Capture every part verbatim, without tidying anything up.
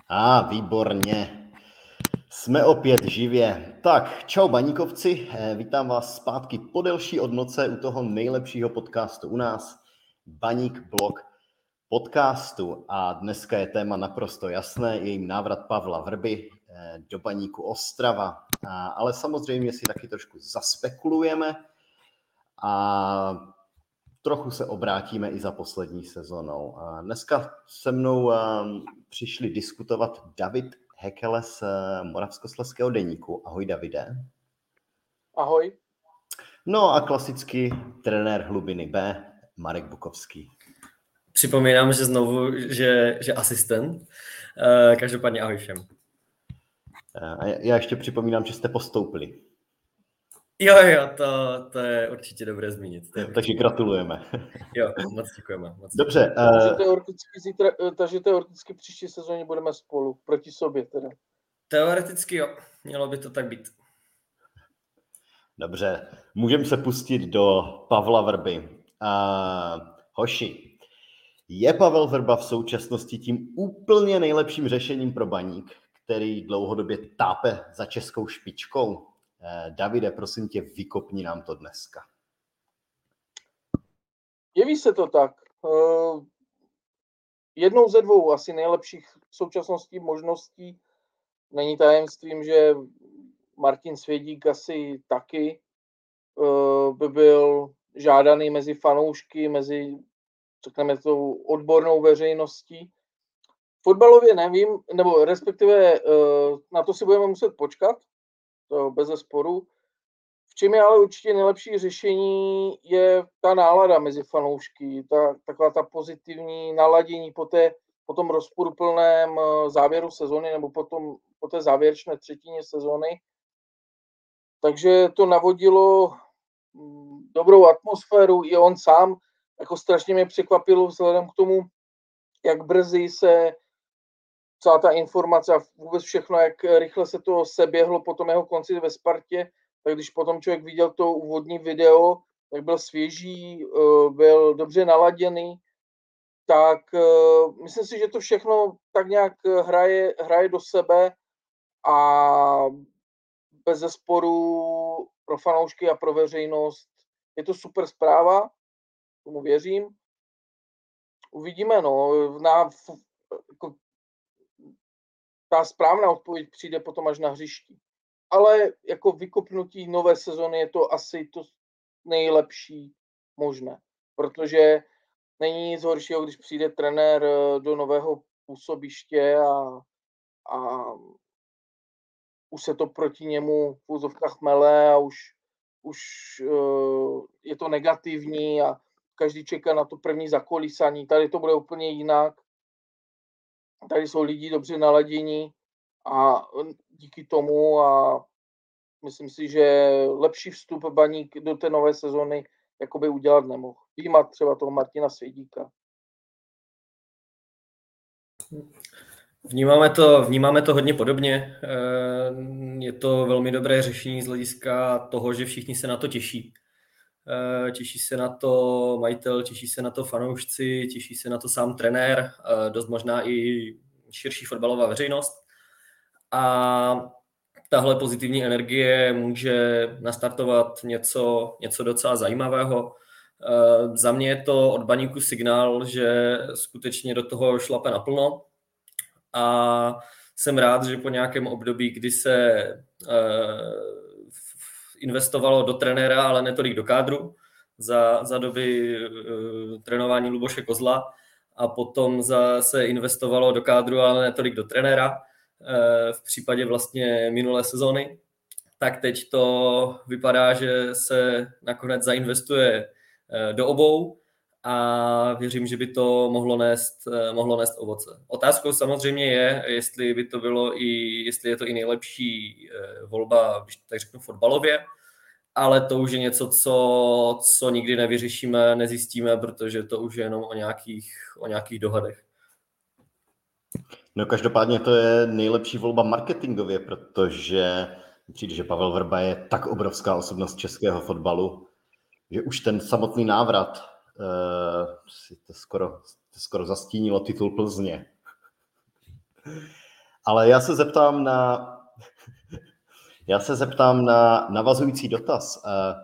A, ah, výborně. Jsme opět živě. Tak, čau baníkovci, vítám vás zpátky po delší odmlce u toho nejlepšího podcastu u nás, Baník blog podcastu. A dneska je téma naprosto jasné, je jim návrat Pavla Vrby do Baníku Ostrava. A, ale samozřejmě si taky trošku zaspekulujeme a trochu se obrátíme i za poslední sezónou. A dneska se mnou přišli diskutovat David Hekele z Moravskoslezského deníku. Ahoj, Davide. Ahoj. No a klasicky trenér Hlubiny B, Marek Bukovský. Připomínám, že znovu, že, že asistent. Každopádně ahoj všem. A já ještě připomínám, že jste postoupili. Jo, jo, to, to je určitě dobré zmínit. To je takže gratulujeme. Jo, moc děkujeme. Moc Dobře. Takže teoreticky, zítra, takže teoreticky příští sezóně budeme spolu, proti sobě teda. Teoreticky jo, mělo by to tak být. Dobře, můžeme se pustit do Pavla Vrby. Uh, hoši, je Pavel Vrba v současnosti tím úplně nejlepším řešením pro Baník, který dlouhodobě tápe za českou špičkou? Davide, prosím tě, vykopni nám to dneska. Jeví se to tak. Jednou ze dvou asi nejlepších v současnosti možností. Není tajemstvím, že Martin Svědík asi taky by byl žádaný mezi fanoušky, mezi, řekneme, tou odbornou veřejností. Fotbalově nevím, nebo respektive na to si budeme muset počkat, to bezesporu. V čem je ale určitě nejlepší řešení je ta nálada mezi fanoušky, ta, taková ta pozitivní naladění po, té, po tom rozporuplném závěru sezony nebo po, tom, po té závěrečné třetině sezony. Takže to navodilo dobrou atmosféru, i on sám, jako strašně mě překvapilo vzhledem k tomu, jak brzy se celá ta informace a vůbec všechno, jak rychle se to seběhlo po tom jeho konci ve Spartě, tak když potom člověk viděl to úvodní video, tak byl svěží, byl dobře naladěný, tak myslím si, že to všechno tak nějak hraje, hraje do sebe a bez zesporu pro fanoušky a pro veřejnost je to super zpráva, tomu věřím. Uvidíme, no, na, jako, ta správná odpověď přijde potom až na hřišti. Ale jako vykopnutí nové sezony je to asi to nejlepší možné, protože není nic horšího, když přijde trenér do nového působiště a, a už se to proti němu v úzovkách mele a už, už uh, je to negativní a každý čeká na to první zakolísaní. Tady to bude úplně jinak. Tady jsou lidi dobře naladění a díky tomu a myslím si, že lepší vstup Baník do té nové sezony jakoby udělat nemohl. Výjimat třeba toho Martina Svědíka. Vnímáme to, vnímáme to hodně podobně. Je to velmi dobré řešení z hlediska toho, že všichni se na to těší. Těší se na to majitel, těší se na to fanoušci, těší se na to sám trenér, dost možná i širší fotbalová veřejnost. A tahle pozitivní energie může nastartovat něco, něco docela zajímavého. Za mě je to od Baníku signál, že skutečně do toho šlape naplno. A jsem rád, že po nějakém období, kdy se investovalo do trenéra, ale ne tolik do kádru, za, za doby uh, trénování Luboše Kozla a potom za, se investovalo do kádru, ale ne tolik do trenéra uh, v případě vlastně minulé sezóny, tak teď to vypadá, že se nakonec zainvestuje uh, do obou a věřím, že by to mohlo nést, uh, mohlo nést ovoce. Otázkou samozřejmě je, jestli by to bylo i, jestli je to i nejlepší uh, volba, když tak řeknu fotbalově, ale to už je něco, co, co nikdy nevyřešíme, nezjistíme, protože to už je jenom o nějakých, o nějakých dohadech. No každopádně to je nejlepší volba marketingově, protože přijde, že Pavel Vrba je tak obrovská osobnost českého fotbalu, že už ten samotný návrat uh, si to skoro, to skoro zastínilo titul Plzně. Ale já se zeptám na, já se zeptám na navazující dotaz.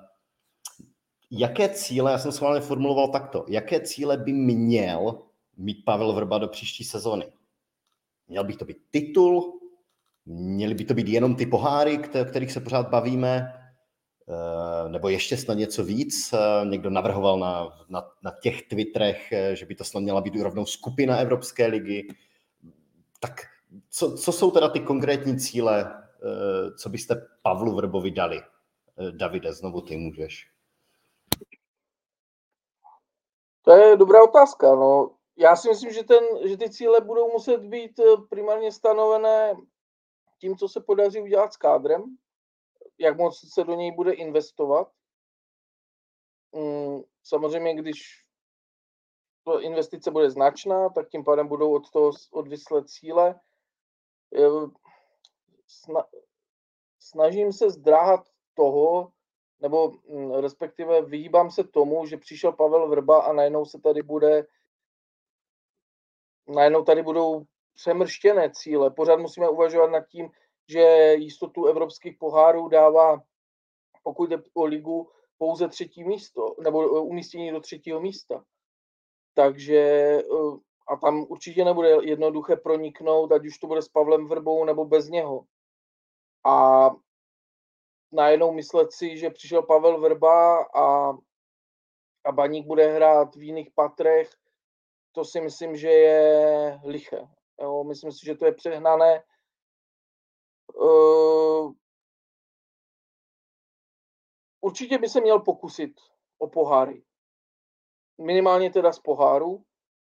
Jaké cíle, já jsem schválně formuloval takto, jaké cíle by měl mít Pavel Vrba do příští sezony? Měl by to být titul? Měly by to být jenom ty poháry, o kterých se pořád bavíme? Nebo ještě snad něco víc? Někdo navrhoval na, na, na těch Twitterech, že by to snad měla být rovnou skupina Evropské ligy. Tak co, co jsou teda ty konkrétní cíle, co byste Pavlu Vrbovi dali? Davide, znovu ty můžeš. To je dobrá otázka. No. Já si myslím, že, ten, že ty cíle budou muset být primárně stanovené tím, co se podaří udělat s kádrem, jak moc se do něj bude investovat. Samozřejmě, když to investice bude značná, tak tím pádem budou od toho odvislé cíle. Snažím se zdráhat toho, nebo respektive vyhýbám se tomu, že přišel Pavel Vrba a najednou se tady bude najednou tady budou přemrštěné cíle. Pořád musíme uvažovat nad tím, že jistotu evropských pohárů dává, pokud jde o ligu, pouze třetí místo, nebo umístění do třetího místa. Takže a tam určitě nebude jednoduché proniknout, ať už to bude s Pavlem Vrbou nebo bez něho. A najednou myslet si, že přišel Pavel Vrba a, a Baník bude hrát v jiných patrech, to si myslím, že je liché. Jo, myslím si, že to je přehnané. Uh, určitě by se měl pokusit o poháry. Minimálně teda z poháru.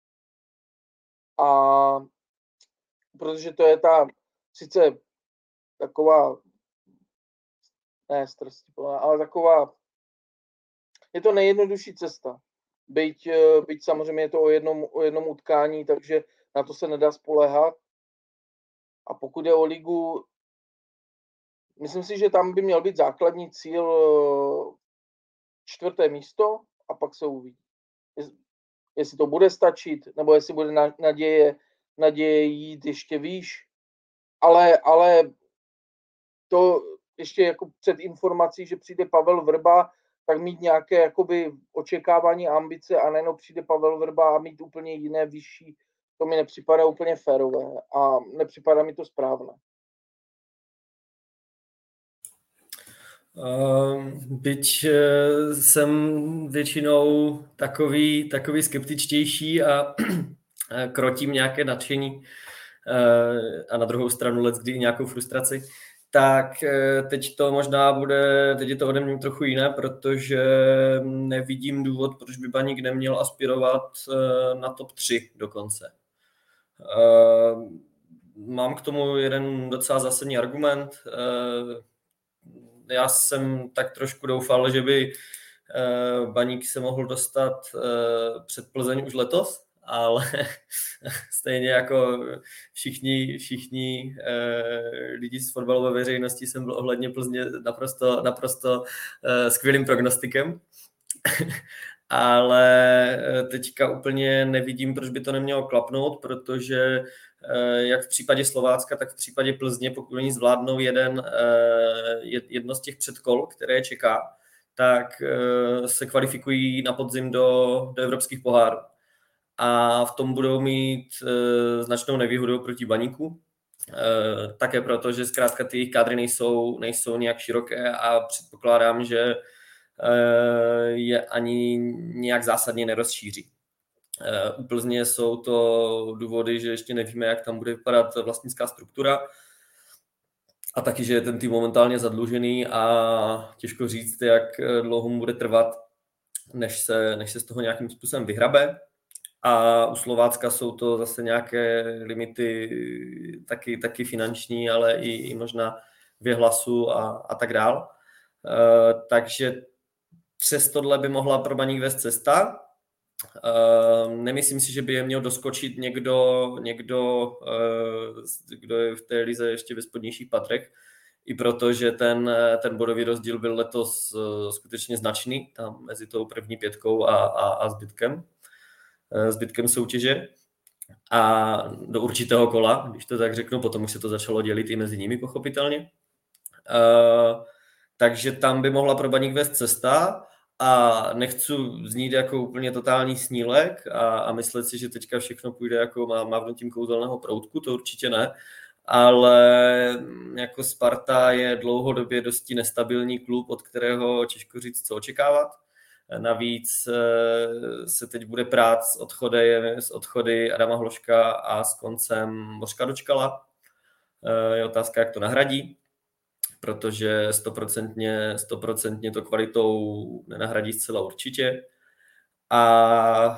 A protože to je ta sice taková ne strstí, ale taková je to nejjednodušší cesta. Byť, byť samozřejmě je to o jednom, o jednom utkání, takže na to se nedá spoléhat. A pokud je o ligu, myslím si, že tam by měl být základní cíl čtvrté místo a pak se uvidí. Jestli to bude stačit, nebo jestli bude naděje, naděje jít ještě výš. Ale, ale to ještě jako před informací, že přijde Pavel Vrba, tak mít nějaké jakoby očekávání a ambice a najednou přijde Pavel Vrba a mít úplně jiné, vyšší, to mi nepřipadá úplně férové a nepřipadá mi to správné. Uh, byť uh, jsem většinou takový, takový skeptičtější a krotím nějaké nadšení uh, a na druhou stranu leckdy nějakou frustraci, tak teď to možná bude, teď je to ode mě trochu jiné, protože nevidím důvod, proč by Baník neměl aspirovat na top tři dokonce. Mám k tomu jeden docela zásadní argument. Já jsem tak trošku doufal, že by Baník se mohl dostat před Plzeň už letos, ale stejně jako všichni, všichni eh, lidi z fotbalové veřejnosti jsem byl ohledně Plzně naprosto, naprosto eh, skvělým prognostikem. Ale teďka úplně nevidím, proč by to nemělo klapnout, protože eh, jak v případě Slovácka, tak v případě Plzně, pokud oni zvládnou jeden, eh, jedno z těch předkol, které čeká, tak eh, se kvalifikují na podzim do, do evropských pohárů. A v tom budou mít e, značnou nevýhodu proti Baníku. E, také proto, že zkrátka ty jejich kádry nejsou, nejsou nějak široké a předpokládám, že e, je ani nějak zásadně nerozšíří. E, u Plzně jsou to důvody, že ještě nevíme, jak tam bude vypadat vlastnická struktura a taky, že je ten tým momentálně zadlužený a těžko říct, jak dlouho mu bude trvat, než se, než se z toho nějakým způsobem vyhrabe. A u Slovácka jsou to zase nějaké limity taky, taky finanční, ale i, i možná věhlasu a, a tak dál. E, takže přes tohle by mohla pro Baník vést cesta. E, nemyslím si, že by je měl doskočit někdo, někdo e, kdo je v té lize ještě ve spodnějších patrech, i protože ten, ten bodový rozdíl byl letos e, skutečně značný, tam mezi tou první pětkou a, a, a zbytkem. zbytkem soutěže. a do určitého kola, když to tak řeknu, potom už se to začalo dělit i mezi nimi pochopitelně. Uh, takže tam by mohla pro Baník vést cesta a nechci znít jako úplně totální snílek a, a myslet si, že teďka všechno půjde jako má, mávnutím kouzelného proutku, to určitě ne, ale jako Sparta je dlouhodobě dosti nestabilní klub, od kterého těžko říct, co očekávat. Navíc se teď bude prát s odchody, s odchody Adama Hloška a s koncem Bořka Dočkala. Je otázka, jak to nahradí, protože stoprocentně, stoprocentně to kvalitou nenahradí zcela určitě. A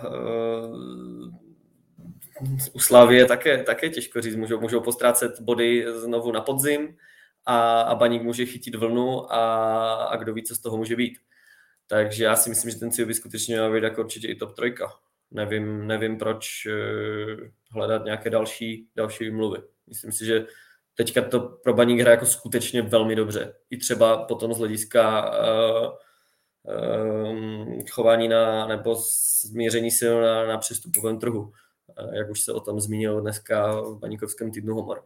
u Slavie také, také těžko říct, můžou, můžou postrácet body znovu na podzim a, a Baník může chytit vlnu a, a kdo ví, co z toho může být. Takže já si myslím, že ten cíl by skutečně měl být jako určitě i top trojka. Nevím, nevím proč hledat nějaké další, další výmluvy. Myslím si, že teďka to pro Baník hraje jako skutečně velmi dobře. I třeba potom z hlediska uh, uh, chování na, nebo změření sil na, na přestupovém trhu. Uh, jak už se o tom zmínil dneska v Baníkovském týdnu Homor.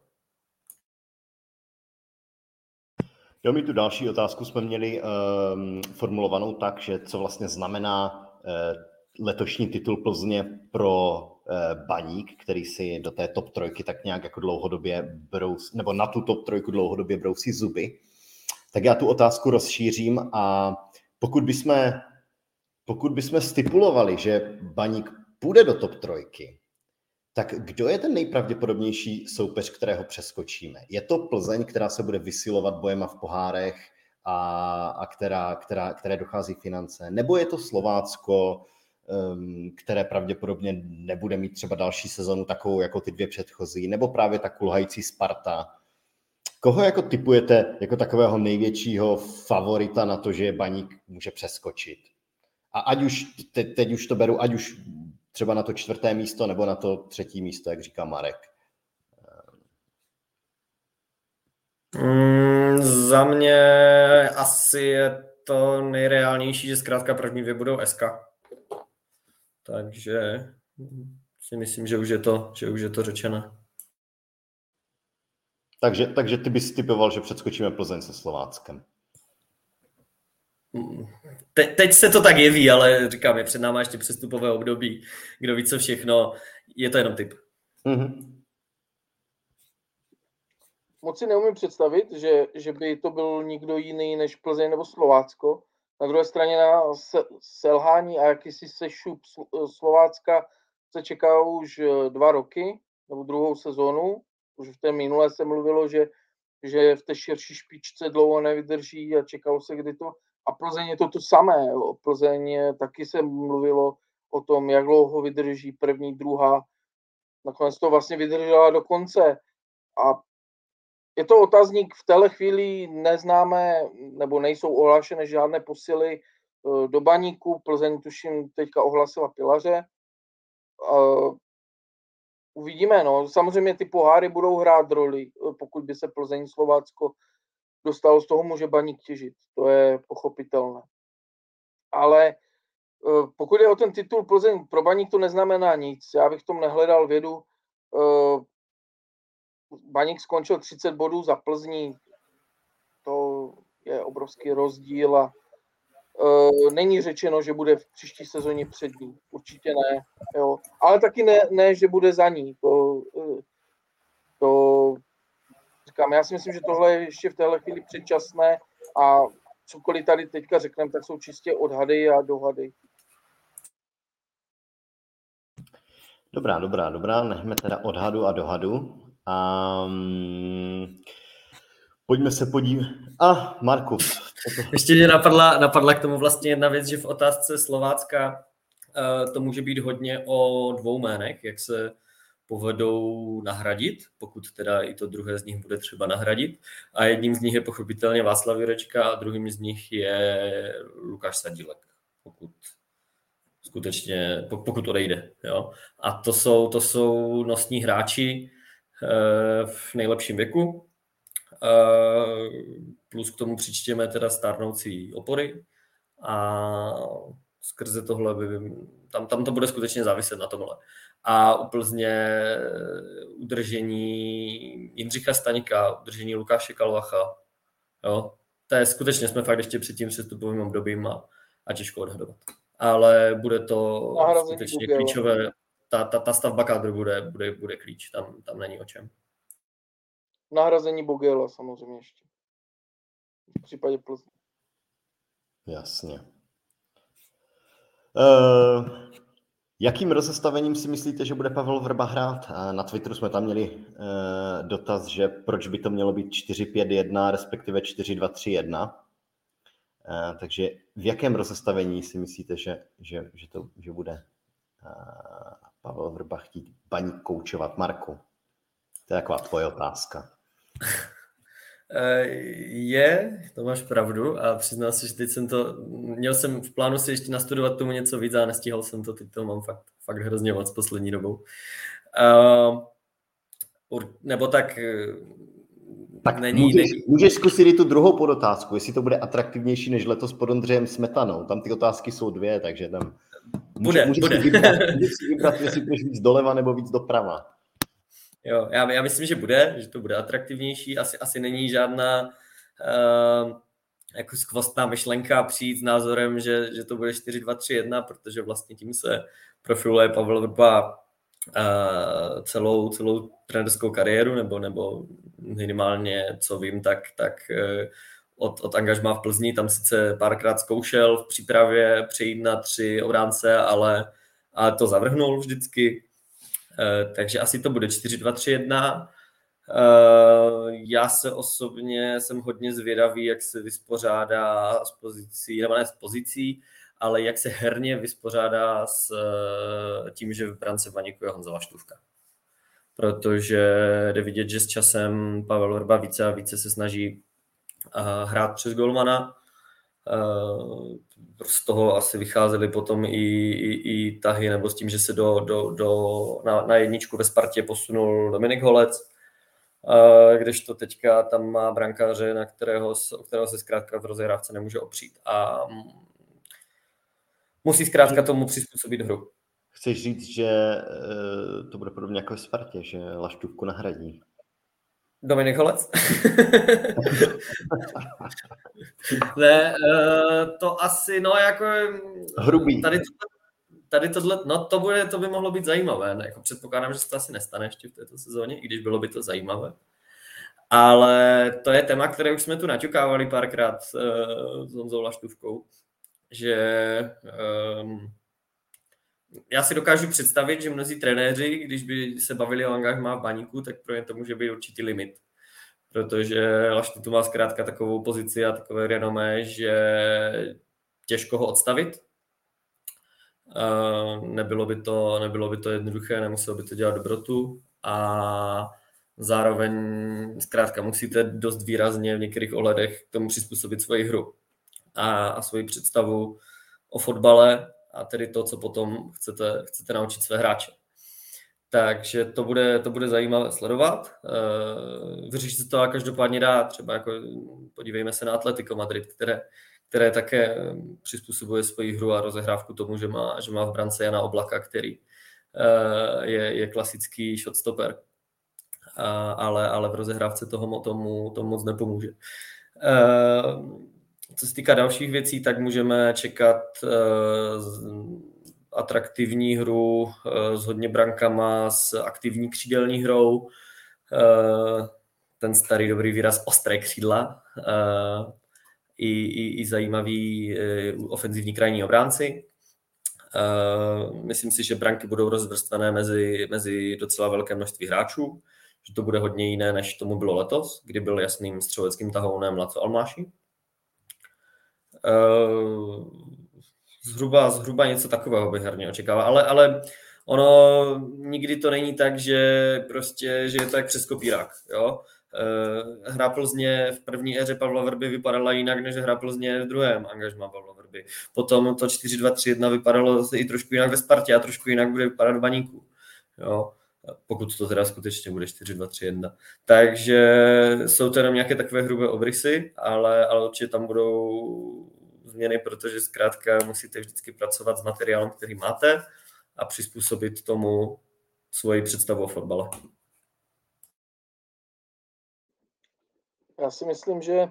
Jo, my tu další otázku jsme měli um, formulovanou tak, že co vlastně znamená uh, letošní titul Plzně pro uh, Baník, který si do té top trojky tak nějak jako dlouhodobě brous, nebo na tu top trojku dlouhodobě brousí zuby. Tak já tu otázku rozšířím a pokud bychom, pokud bychom stipulovali, že Baník půjde do top trojky, tak kdo je ten nejpravděpodobnější soupeř, kterého přeskočíme? Je to Plzeň, která se bude vysilovat bojema v pohárech a, a která, která, které dochází finance? Nebo je to Slovácko, um, které pravděpodobně nebude mít třeba další sezonu takovou jako ty dvě předchozí? Nebo právě ta kulhající Sparta? Koho jako tipujete jako takového největšího favorita na to, že Baník může přeskočit? A ať už, te, teď už to beru, ať už třeba na to čtvrté místo nebo na to třetí místo, jak říká Marek. Mm, za mě asi je to nejreálnější, že zkrátka první dvě budou S K. Takže si myslím, že už je to, že už je to řečené. Takže, takže ty bys typoval, že předskočíme Plzeň se Slováckem. Te, teď se to tak jeví, ale říkám, je před náma ještě přestupové období. Kdo ví co všechno, je to jenom tip. Mm-hmm. Moc si neumím představit, že, že by to byl nikdo jiný než Plzeň nebo Slovácko. Na druhé straně na selhání a jakýsi sešup Slovácka se čeká už dva roky, nebo druhou sezónu. Už v té minulé se mluvilo, že, že v té širší špičce dlouho nevydrží a čekalo se, kdy to. A Plzeň je to to samé. O Plzeň taky se mluvilo o tom, jak dlouho vydrží první, druhá. Nakonec to vlastně vydržela do konce. A je to otazník, v téhle chvíli neznáme, nebo nejsou ohlášené žádné posily do Baníku. Plzeň tuším teďka ohlasila Pilaře. Uvidíme, no. Samozřejmě ty poháry budou hrát roli, pokud by se Plzeň Slovácko dostalo z toho, může Baník těžit. To je pochopitelné. Ale pokud je o ten titul Plzeň, pro Baník to neznamená nic. Já bych v tom nehledal vědu. Baník skončil třicet bodů za Plzní. To je obrovský rozdíl a není řečeno, že bude v příští sezóně před ní. Určitě ne. Jo. Ale taky ne, ne, že bude za ní. To, to říkám, já si myslím, že tohle je ještě v téhle chvíli předčasné a cokoliv tady teďka řekneme, tak jsou čistě odhady a dohady. Dobrá, dobrá, dobrá. Nechme teda odhadu a dohadu. Um, pojďme se podívat. A ah, Marku. Ještě mě napadla, napadla k tomu vlastně jedna věc, že v otázce Slovácka uh, to může být hodně o dvou jménech, jak se povedou nahradit, pokud teda i to druhé z nich bude třeba nahradit. A jedním z nich je pochopitelně Václav Jurečka a druhým z nich je Lukáš Sadílek, pokud skutečně, pokud odejde. Jo. A to jsou, to jsou nosní hráči uh, v nejlepším věku. Uh, plus k tomu přičtěme teda stárnoucí opory a skrze tohle by, tam, tam to bude skutečně záviset na tomhle. A u Plzně udržení Jindřicha Staňka, udržení Lukáše Kalvacha, jo, to je skutečně, jsme fakt ještě před tím přestupovým obdobím a, a těžko odhadovat. Ale bude to Nahrazení skutečně Bugela. klíčové, ta, ta, ta stavba kádru bude, bude, bude klíč, tam, tam není o čem. Nahrazení Bugela samozřejmě ještě. V případě Plzně. Jasně. Uh, jakým rozestavením si myslíte, že bude Pavel Vrba hrát? Na Twitteru jsme tam měli uh, dotaz, že proč by to mělo být čtyři pět jedna, respektive čtyři dva tři jedna. Uh, takže v jakém rozestavení si myslíte, že, že, že, to, že bude uh, Pavel Vrba chtít Baník koučovat? Marku, to je taková tvoje otázka. Je, to máš pravdu a přiznal si, že teď jsem to, měl jsem v plánu si ještě nastudovat tomu něco víc a nestíhal jsem to, teď to mám fakt, fakt hrozně moc poslední dobou. Uh, nebo tak, tak není, můžeš, není. můžeš zkusit i tu druhou podotázku, jestli to bude atraktivnější než letos pod Ondřejem Smetanou. Tam ty otázky jsou dvě, takže tam bude, můžeš, bude. Si vybrat, můžeš si vybrat, jestli budeš víc doleva nebo víc doprava. Jo, já, já myslím, že bude, že to bude atraktivnější. Asi, asi není žádná uh, jako skvostná myšlenka přijít s názorem, že, že to bude čtyři dva tři jedna, protože vlastně tím se profiluje Pavel Vrba uh, celou, celou trenerskou kariéru, nebo, nebo minimálně, co vím, tak, tak uh, od, od angažmá v Plzni, tam sice párkrát zkoušel v přípravě přejít na tři obránce, ale, ale to zavrhnul vždycky. Uh, takže asi to bude čtyři dva tři jedna. Uh, já se osobně jsem hodně zvědavý, jak se vyspořádá s pozicí, nebo ne s pozicí, ale jak se herně vyspořádá s uh, tím, že v brance v Baníku je Honza Laštůvka. Protože jde vidět, že s časem Pavel Vrba více a více se snaží uh, hrát přes golmana. Uh, z toho asi vycházely potom i, i, i tahy, nebo s tím, že se do, do, do, na, na jedničku ve Spartě posunul Dominik Holec, uh, kdežto teďka tam má brankáře, na kterého, o kterého se zkrátka v rozehrávce nemůže opřít. A musí zkrátka tomu přizpůsobit hru. Chceš říct, že uh, to bude podobně jako v Spartě, že Laštůvku nahradí? Dominik Holec? Ne, to asi, no jako... Hrubý. Tady, to, tady tohle, no to, bude, to by mohlo být zajímavé. Ne? Jako předpokládám, že se to asi nestane ještě v této sezóně, i když bylo by to zajímavé. Ale to je téma, které už jsme tu naťukávali párkrát uh, s Honzou Laštůvkou, že um, já si dokážu představit, že mnozí trenéři, když by se bavili o angažmá v Baníku, tak pro ně to může být určitý limit. Protože Laštů tu má zkrátka takovou pozici a takové renomé, že těžko ho odstavit. Uh, nebylo by to, nebylo by to jednoduché, nemuselo by to dělat dobrotu a zároveň zkrátka musíte dost výrazně v některých ohledech k tomu přizpůsobit svoji hru a, a svoji představu o fotbale a tedy to, co potom chcete, chcete naučit své hráče. Takže to bude, to bude zajímavé sledovat. Vyřešit se to a každopádně dá. Třeba jako podívejme se na Atletico Madrid, které, které také přizpůsobuje svoji hru a rozehrávku tomu, že má, že má v brance Jana Oblaka, který je, je klasický shotstopper. Ale, ale v rozehrávce toho tomu, tomu moc nepomůže. Co se týká dalších věcí, tak můžeme čekat atraktivní hru s hodně brankama, s aktivní křídelní hrou, ten starý dobrý výraz ostré křídla, i, i, i zajímavý ofenzivní krajní obránci. Myslím si, že branky budou rozvrstvené mezi, mezi docela velké množství hráčů, že to bude hodně jiné, než tomu bylo letos, kdy byl jasným střeleckým tahounem Laco Almáši. Zhruba, zhruba něco takového bych herně očekával, ale, ale ono nikdy to není tak, že prostě, že je to jak přes kopírák, jo. Hra Plzně v první éře Pavla Vrby vypadala jinak, než hra Plzně v druhém angažmá Pavla Vrby. Potom to čtyři dva tři jedna vypadalo i trošku jinak ve Spartě a trošku jinak bude vypadat v Baníku, jo. Pokud to teda skutečně bude čtyři dva tři jedna. Takže jsou to jenom nějaké takové hrubé obrysy, ale, ale určitě tam budou změny, protože zkrátka musíte vždycky pracovat s materiálem, který máte a přizpůsobit tomu svoji představu o fotbale. Já si myslím, že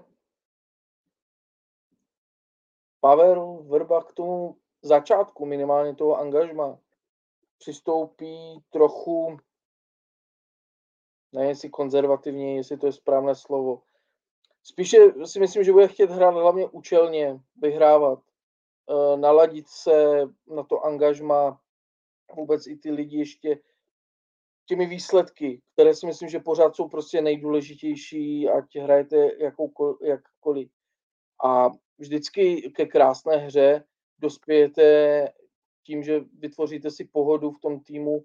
Pavel Vrba k tomu začátku minimálně toho angažma přistoupí trochu, ne jestli konzervativně, jestli to je správné slovo. Spíše si myslím, že bude chtět hrát hlavně účelně, vyhrávat, naladit se na to angažma, vůbec i ty lidi ještě těmi výsledky, které si myslím, že pořád jsou prostě nejdůležitější, ať hrajete jakoukoliv, jakkoliv. A vždycky ke krásné hře dospějete tím, že vytvoříte si pohodu v tom týmu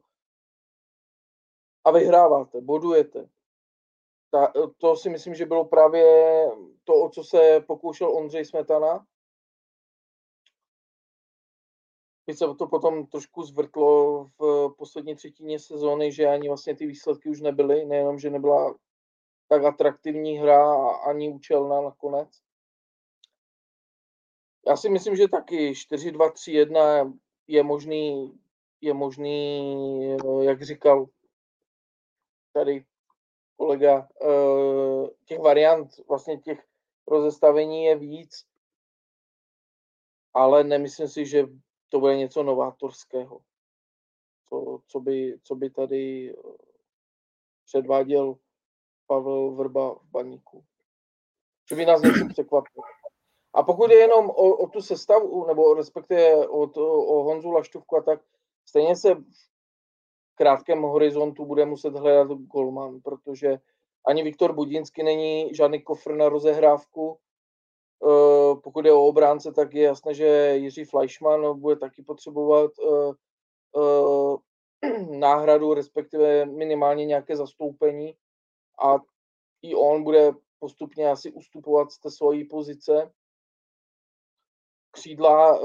a vyhráváte, bodujete. Ta, to si myslím, že bylo právě to, o co se pokoušel Ondřej Smetana. Když se to potom trošku zvrtlo v poslední třetině sezóny, že ani vlastně ty výsledky už nebyly, nejenom, že nebyla tak atraktivní hra ani účelná nakonec. Já si myslím, že taky čtyři dva tři jedna je možný, je možný, jak říkal tady kolega, těch variant, vlastně těch rozestavení je víc, ale nemyslím si, že to bude něco novátorského, co, co, by, co by tady předváděl Pavel Vrba v Baníku. Že by nás něčím překvapil. A pokud je jenom o, o tu sestavu, nebo respektive o, to, o Honzu Laštůvku a tak, stejně se v krátkém horizontu bude muset hledat golman, protože ani Viktor Budinský není žádný kofr na rozehrávku. E, pokud je o obránce, tak je jasné, že Jiří Fleischmann bude taky potřebovat e, e, náhradu, respektive minimálně nějaké zastoupení a i on bude postupně asi ustupovat z té svojí pozice. Křídla,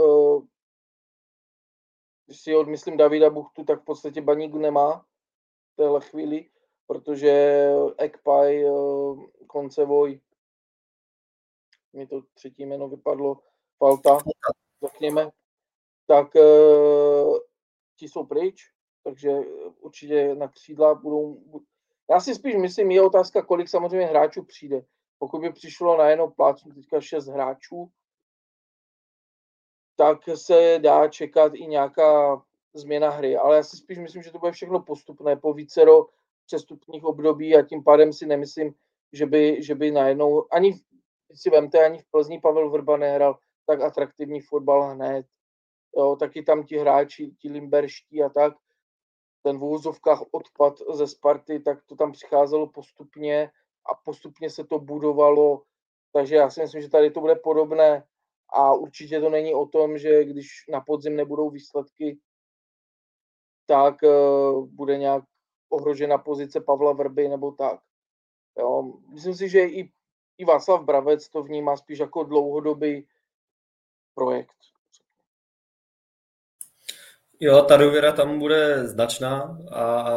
když si odmyslím Davida Buchtu, tak v podstatě Baník nemá v téhle chvíli, protože Ekpaj, Koncevoj, mi to třetí jméno vypadlo, Falta, řekněme, tak ti jsou pryč, takže určitě na křídla budou... Já si spíš myslím, je otázka, kolik samozřejmě hráčů přijde. Pokud by přišlo na jednou plácnu teďka šest hráčů, tak se dá čekat i nějaká změna hry. Ale já si spíš myslím, že to bude všechno postupné po vícero přestupních období a tím pádem si nemyslím, že by, že by najednou, ani si vemte, ani v Plzni Pavel Vrba nehrál tak atraktivní fotbal hned. Jo, taky tam ti hráči, ti limberští a tak, ten v úvozovkách odpad ze Sparty, tak to tam přicházelo postupně a postupně se to budovalo. Takže já si myslím, že tady to bude podobné. A určitě to není o tom, že když na podzim nebudou výsledky, tak uh, bude nějak ohrožena pozice Pavla Vrby nebo tak. Jo. Myslím si, že i, i Václav Bravec to vnímá spíš jako dlouhodobý projekt. Jo, ta důvěra tam bude značná a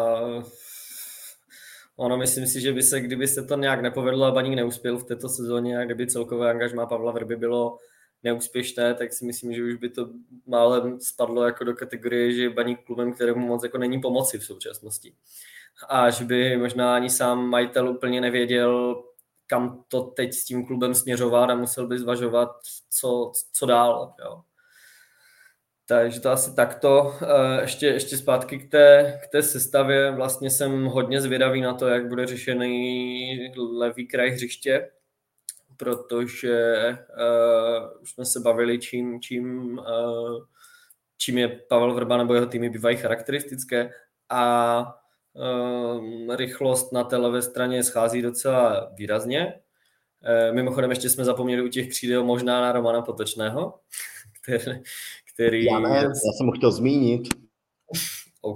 ono, myslím si, že by se, kdyby se to nějak nepovedlo a Baník neuspěl v této sezóně a kdyby celkové angažmá Pavla Vrby bylo neúspěšné, tak si myslím, že už by to málem spadlo jako do kategorie, že je Baník klubem, kterému moc jako není pomoci v současnosti. A že by možná ani sám majitel úplně nevěděl, kam to teď s tím klubem směřovat a musel by zvažovat, co, co dál. Jo. Takže to asi takto. Ještě, ještě zpátky k té, k té sestavě. Vlastně jsem hodně zvědavý na to, jak bude řešený levý kraj hřiště, protože uh, už jsme se bavili, čím, čím, uh, čím je Pavel Vrba nebo jeho týmy bývají charakteristické a uh, rychlost na té levé straně schází docela výrazně. Uh, mimochodem ještě jsme zapomněli u těch křídel možná na Romana Potočného, který... který... Já ne, já jsem ho chtěl zmínit. OK.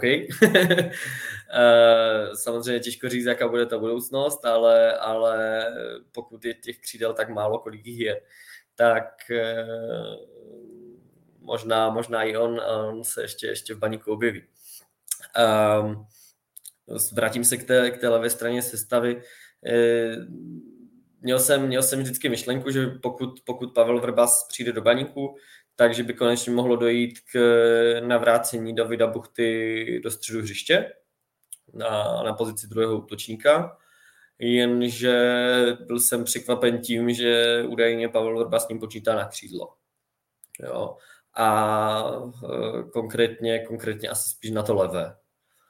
Samozřejmě těžko říct, jaká bude ta budoucnost, ale, ale pokud je těch křídel tak málo, kolik jich je, tak možná, možná i on, on se ještě, ještě v Baníku objeví. Vrátím se k té, k té levé straně sestavy. měl jsem, měl jsem vždycky myšlenku, že pokud, pokud Pavel Vrba přijde do Baníku, takže by konečně mohlo dojít k navrácení Davida Buchty do středu hřiště na, na pozici druhého útočníka, jenže byl jsem překvapen tím, že údajně Pavel Vrba s ním počítá na křídlo. Jo. A e, konkrétně, konkrétně asi spíš na to levé.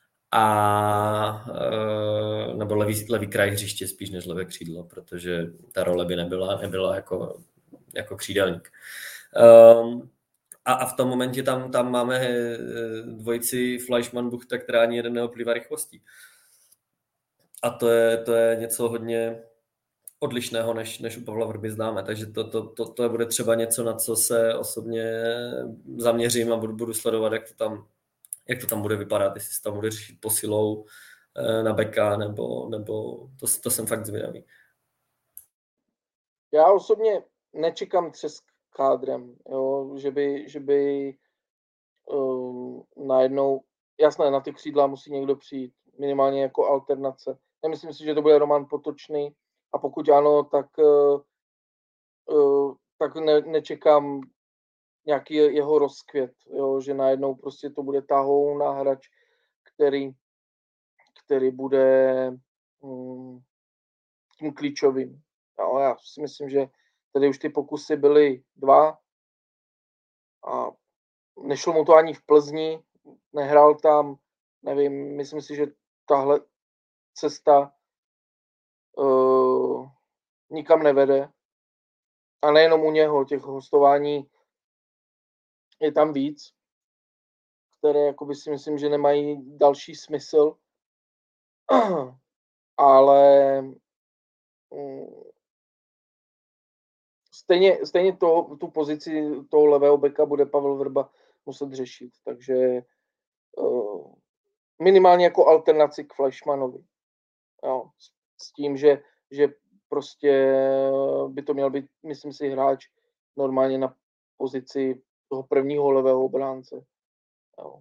A e, nebo levý, levý kraj hřiště spíš než levé křídlo, protože ta role by nebyla, nebyla jako, jako křídelník. Um, a, a v tom momentě tam, tam máme dvojici Fleischmann-Buchta, která ani jeden neoplývá rychlostí. A to je, to je něco hodně odlišného, než, než u Pavla Vrby známe. Takže to, to, to, to bude třeba něco, na co se osobně zaměřím a budu, budu sledovat, jak to tam, jak to tam bude vypadat, jestli se tam bude řešit posilou na beka, nebo, nebo to, to jsem fakt zvědavý. Já osobně nečekám třesk kádrem, jo, že by, že by um, najednou, jasné, na ty křídla musí někdo přijít, minimálně jako alternace. Nemyslím si, že to bude Roman Potočný, a pokud ano, tak, uh, uh, tak ne, nečekám nějaký jeho rozkvět, jo, že najednou prostě to bude tahoun na hráč, který, který bude um, tím klíčovým. Jo, já si myslím, že tady už ty pokusy byly dva a nešlo mu to ani v Plzni, nehrál tam, nevím, myslím si, že tahle cesta uh, nikam nevede. A nejenom u něho, těch hostování je tam víc, které jakoby si myslím, že nemají další smysl. Ale um, Stejně, stejně to, tu pozici toho levého beka bude Pavel Vrba muset řešit, takže uh, minimálně jako alternaci k Fleischmannovi. Jo, s, s tím, že, že prostě by to měl být, myslím si, hráč normálně na pozici toho prvního levého obránce. Jo.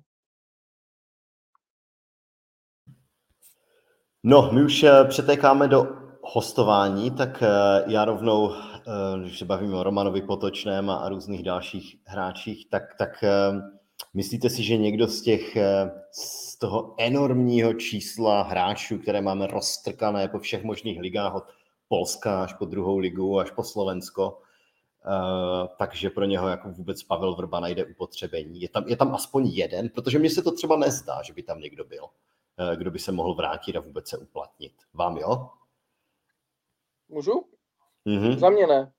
No, my už přetékáme do hostování, tak já rovnou, když se bavíme o Romanovi Potočném a různých dalších hráčích, tak, tak myslíte si, že někdo z těch, z toho enormního čísla hráčů, které máme roztrkané po všech možných ligách, od Polska až po druhou ligu, až po Slovensko, takže pro něho jako vůbec Pavel Vrba najde upotřebení. Je tam, je tam aspoň jeden, protože mně se to třeba nezdá, že by tam někdo byl, kdo by se mohl vrátit a vůbec se uplatnit. Vám jo? Můžu? Mm-hmm. Za mě ne.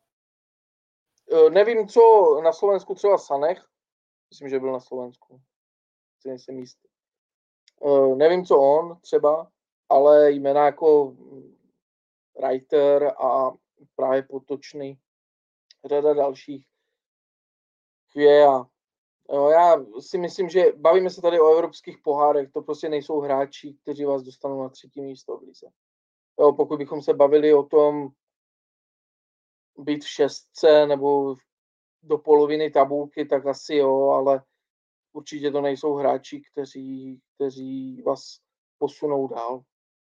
E, nevím, co na Slovensku třeba Sanech. Myslím, že byl na Slovensku. Si nejsem jistý. E, nevím, co on třeba, ale jména jako Reiter a právě Potočný, řada dalších. Kvěja. Jo, já si myslím, že bavíme se tady o evropských pohárech, to prostě nejsou hráči, kteří vás dostanou na třetí místo v lize. Jo, pokud bychom se bavili o tom být v šestce nebo do poloviny tabulky, tak asi jo, ale určitě to nejsou hráči, kteří, kteří vás posunou dál.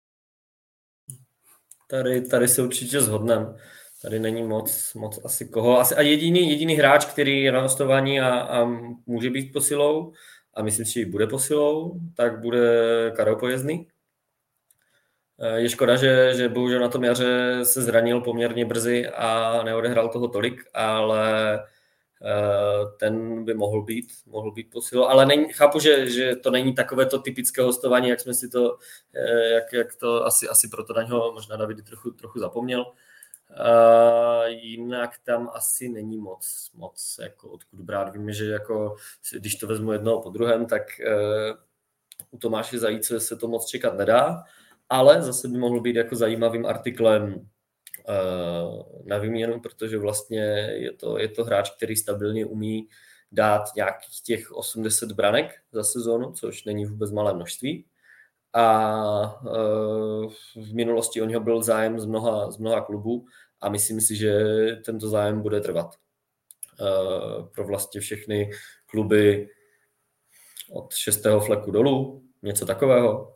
Tady, tady se určitě shodneme. Tady není moc, moc asi koho. Asi, a jediný, jediný hráč, který je na hostování a, a může být posilou, a myslím si, že bude posilou, tak bude Karel Pojezdný. Je škoda, že, že bohužel na tom jaře se zranil poměrně brzy a neodehrál toho tolik, ale ten by mohl být, mohl být posilou. Ale není, chápu, že, že to není takové to typické hostování, jak jsme si to, jak, jak to asi, asi proto na něho možná David trochu, trochu zapomněl. Uh, jinak tam asi není moc, moc jako odkud brát. Víme, že jako, když to vezmu jednoho po druhém, tak uh, u Tomáše Zajíce se to moc čekat nedá, ale zase by mohl být jako zajímavým artiklem uh, na výměnu, protože vlastně je to, je to hráč, který stabilně umí dát nějakých těch osm deset branek za sezónu, což není vůbec malé množství. A uh, v minulosti o něho byl zájem z mnoha, z mnoha klubů a myslím si, že tento zájem bude trvat. Uh, pro vlastně všechny kluby od šestého fleku dolů, něco takového.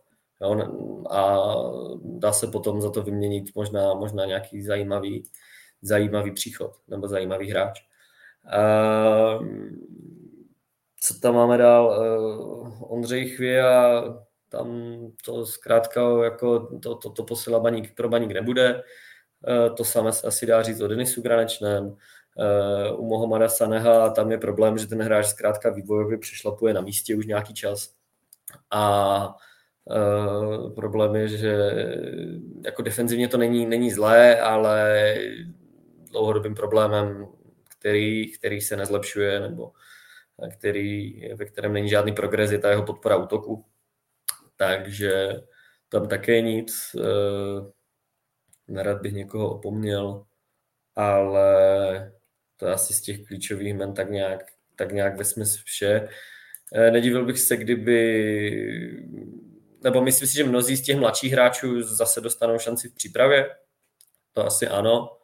Jo, a dá se potom za to vyměnit možná, možná nějaký zajímavý, zajímavý příchod nebo zajímavý hráč. Uh, co tam máme dál? Uh, Ondřej Chvěja, tam to zkrátka jako to, to, to posila Baník, pro Baník nebude. Uh, to samé se asi dá říct o Denisu Granečném. Uh, u Mohamada Saneha tam je problém, že ten hráč zkrátka vývojově přešlapuje na místě už nějaký čas. A uh, problém je, že jako defenzivně to není, není zlé, ale dlouhodobým problémem, který, který se nezlepšuje, nebo který, ve kterém není žádný progres, je ta jeho podpora útoku. Takže tam také nic. Nerad bych někoho opomněl, ale to je asi z těch klíčových jmen tak nějak, tak nějak vesměs vše. Nedivil bych se, kdyby... Nebo myslím si, že mnozí z těch mladších hráčů zase dostanou šanci v přípravě. To asi ano.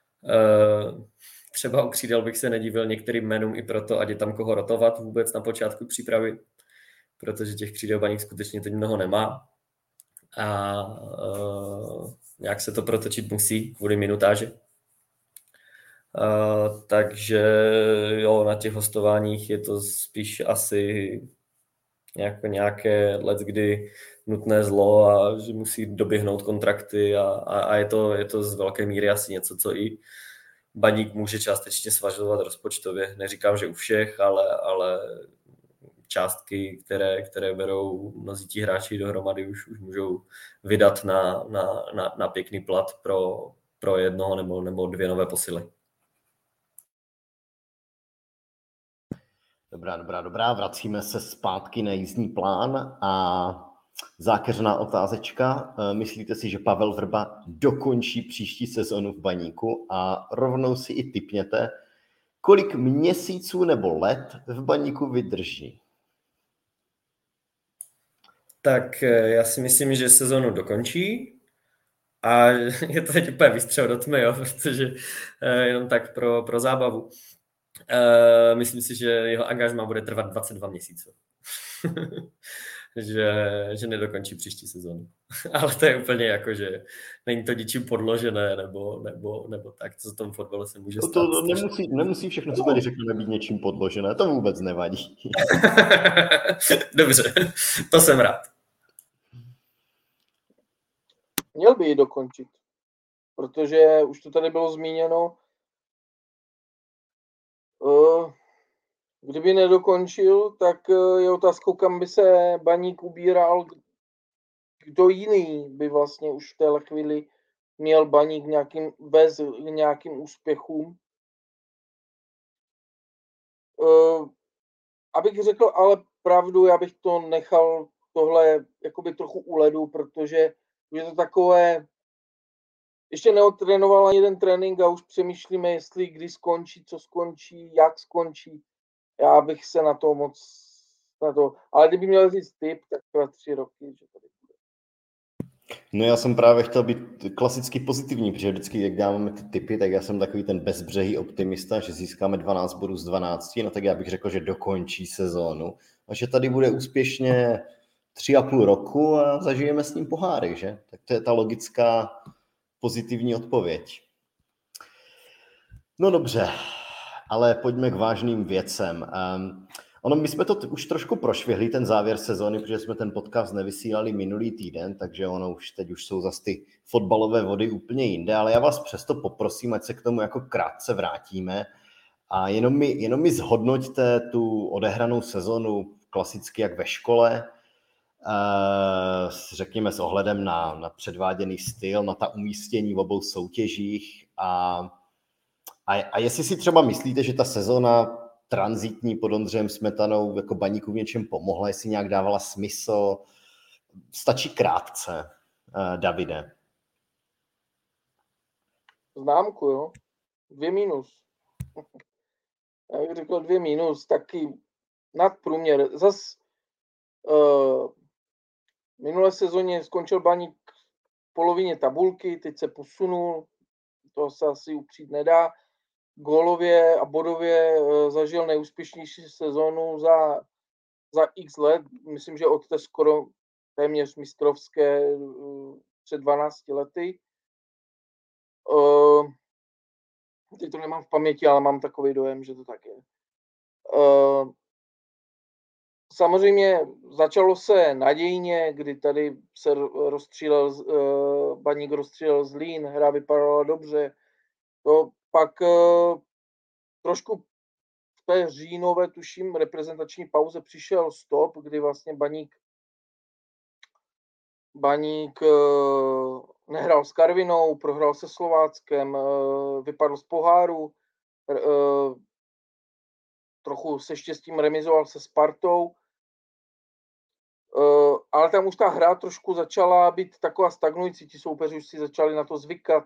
Třeba u křídel bych se nedivil některým jménům i proto, ať je tam koho rotovat vůbec na počátku přípravy, protože těch křídel Baník skutečně teď mnoho nemá. A uh, nějak se to protočit musí kvůli minutáži. Uh, takže jo, na těch hostováních je to spíš asi nějak, nějaké let, kdy nutné zlo a že musí doběhnout kontrakty a, a, a je, to, je to z velké míry asi něco, co i Baník může částečně svažovat rozpočtově. Neříkám, že u všech, ale, ale částky, které, které berou mnozí ti hráči dohromady, už, už můžou vydat na, na, na, na pěkný plat pro, pro jednoho nebo, nebo dvě nové posily. Dobrá, dobrá, dobrá. Vracíme se zpátky na jízdní plán a zákeřná otázečka. Myslíte si, že Pavel Vrba dokončí příští sezonu v Baníku? A rovnou si i tipněte, kolik měsíců nebo let v Baníku vydrží? Tak já si myslím, že sezonu dokončí a je to teď úplně výstřel do tmy, jo, protože jenom tak pro, pro zábavu. Myslím si, že jeho angažmá bude trvat dvacet dva měsíců. že, že nedokončí příští sezonu. Ale to je úplně jako, že není to ničím podložené, nebo, nebo, nebo tak, co v tom fotbale se může stát. To, to nemusí, nemusí všechno, co tady řekneme, být něčím podložené, to vůbec nevadí. Dobře, to jsem rád. Měl by ji dokončit, protože už to tady bylo zmíněno, kdyby nedokončil, tak je otázkou, kam by se Baník ubíral, kdo jiný by vlastně už v téhle chvíli měl Baník nějakým, bez nějakým úspěchům. Abych řekl ale pravdu, já bych to nechal tohle jakoby trochu u ledu, protože je to takové, ještě neodtrénoval ani jeden trénink a už přemýšlíme, jestli kdy skončí, co skončí, jak skončí. Já bych se na to moc, na to, ale kdyby měl říct tip, tak to tři roky, že tady bude. No já jsem právě chtěl být klasicky pozitivní, protože vždycky, jak dáváme ty tipy, tak já jsem takový ten bezbřehý optimista, že získáme dvanáct bodů z dvanácti, no tak já bych řekl, že dokončí sezónu a že tady bude úspěšně tři a půl roku a zažijeme s ním pohárek, že? Tak to je ta logická pozitivní odpověď. No dobře, ale pojďme k vážným věcem. Um, ono, my jsme to t- už trošku prošvihli, ten závěr sezóny, protože jsme ten podcast nevysílali minulý týden, takže ono už teď už jsou zase ty fotbalové vody úplně jinde, ale já vás přesto poprosím, ať se k tomu jako krátce vrátíme a jenom mi, jenom mi zhodnoťte tu odehranou sezonu klasicky jak ve škole, uh, řekněme s ohledem na, na předváděný styl, na ta umístění v obou soutěžích a A, a jestli si třeba myslíte, že ta sezóna tranzitní pod Ondřejem Smetanou jako Baníku v něčem pomohla, jestli nějak dávala smysl, stačí krátce, uh, Davide. Známku, jo? Dvě minus. Já bych řekl dvě minus, taky nadprůměr. Zas uh, minulé sezóně skončil Baník v polovině tabulky, teď se posunul, to se asi upřít nedá. Gólově a bodově uh, zažil nejúspěšnější sezónu za, za x let. Myslím, že od té skoro téměř mistrovské před dvanácti lety. Uh, teď to nemám v paměti, ale mám takový dojem, že to tak je. Uh, samozřejmě začalo se nadějně, kdy tady se rozstřílel, uh, Baník rozstřílel Zlín, hra vypadala dobře. To pak uh, trošku v té říjnové, tuším, reprezentační pauze přišel stop, kdy vlastně Baník Baník uh, nehrál s Karvinou, prohrál se Slováckem, uh, vypadl z poháru, uh, trochu se štěstím remizoval se Spartou, uh, ale tam už ta hra trošku začala být taková stagnující, ti soupeři už si začali na to zvykat,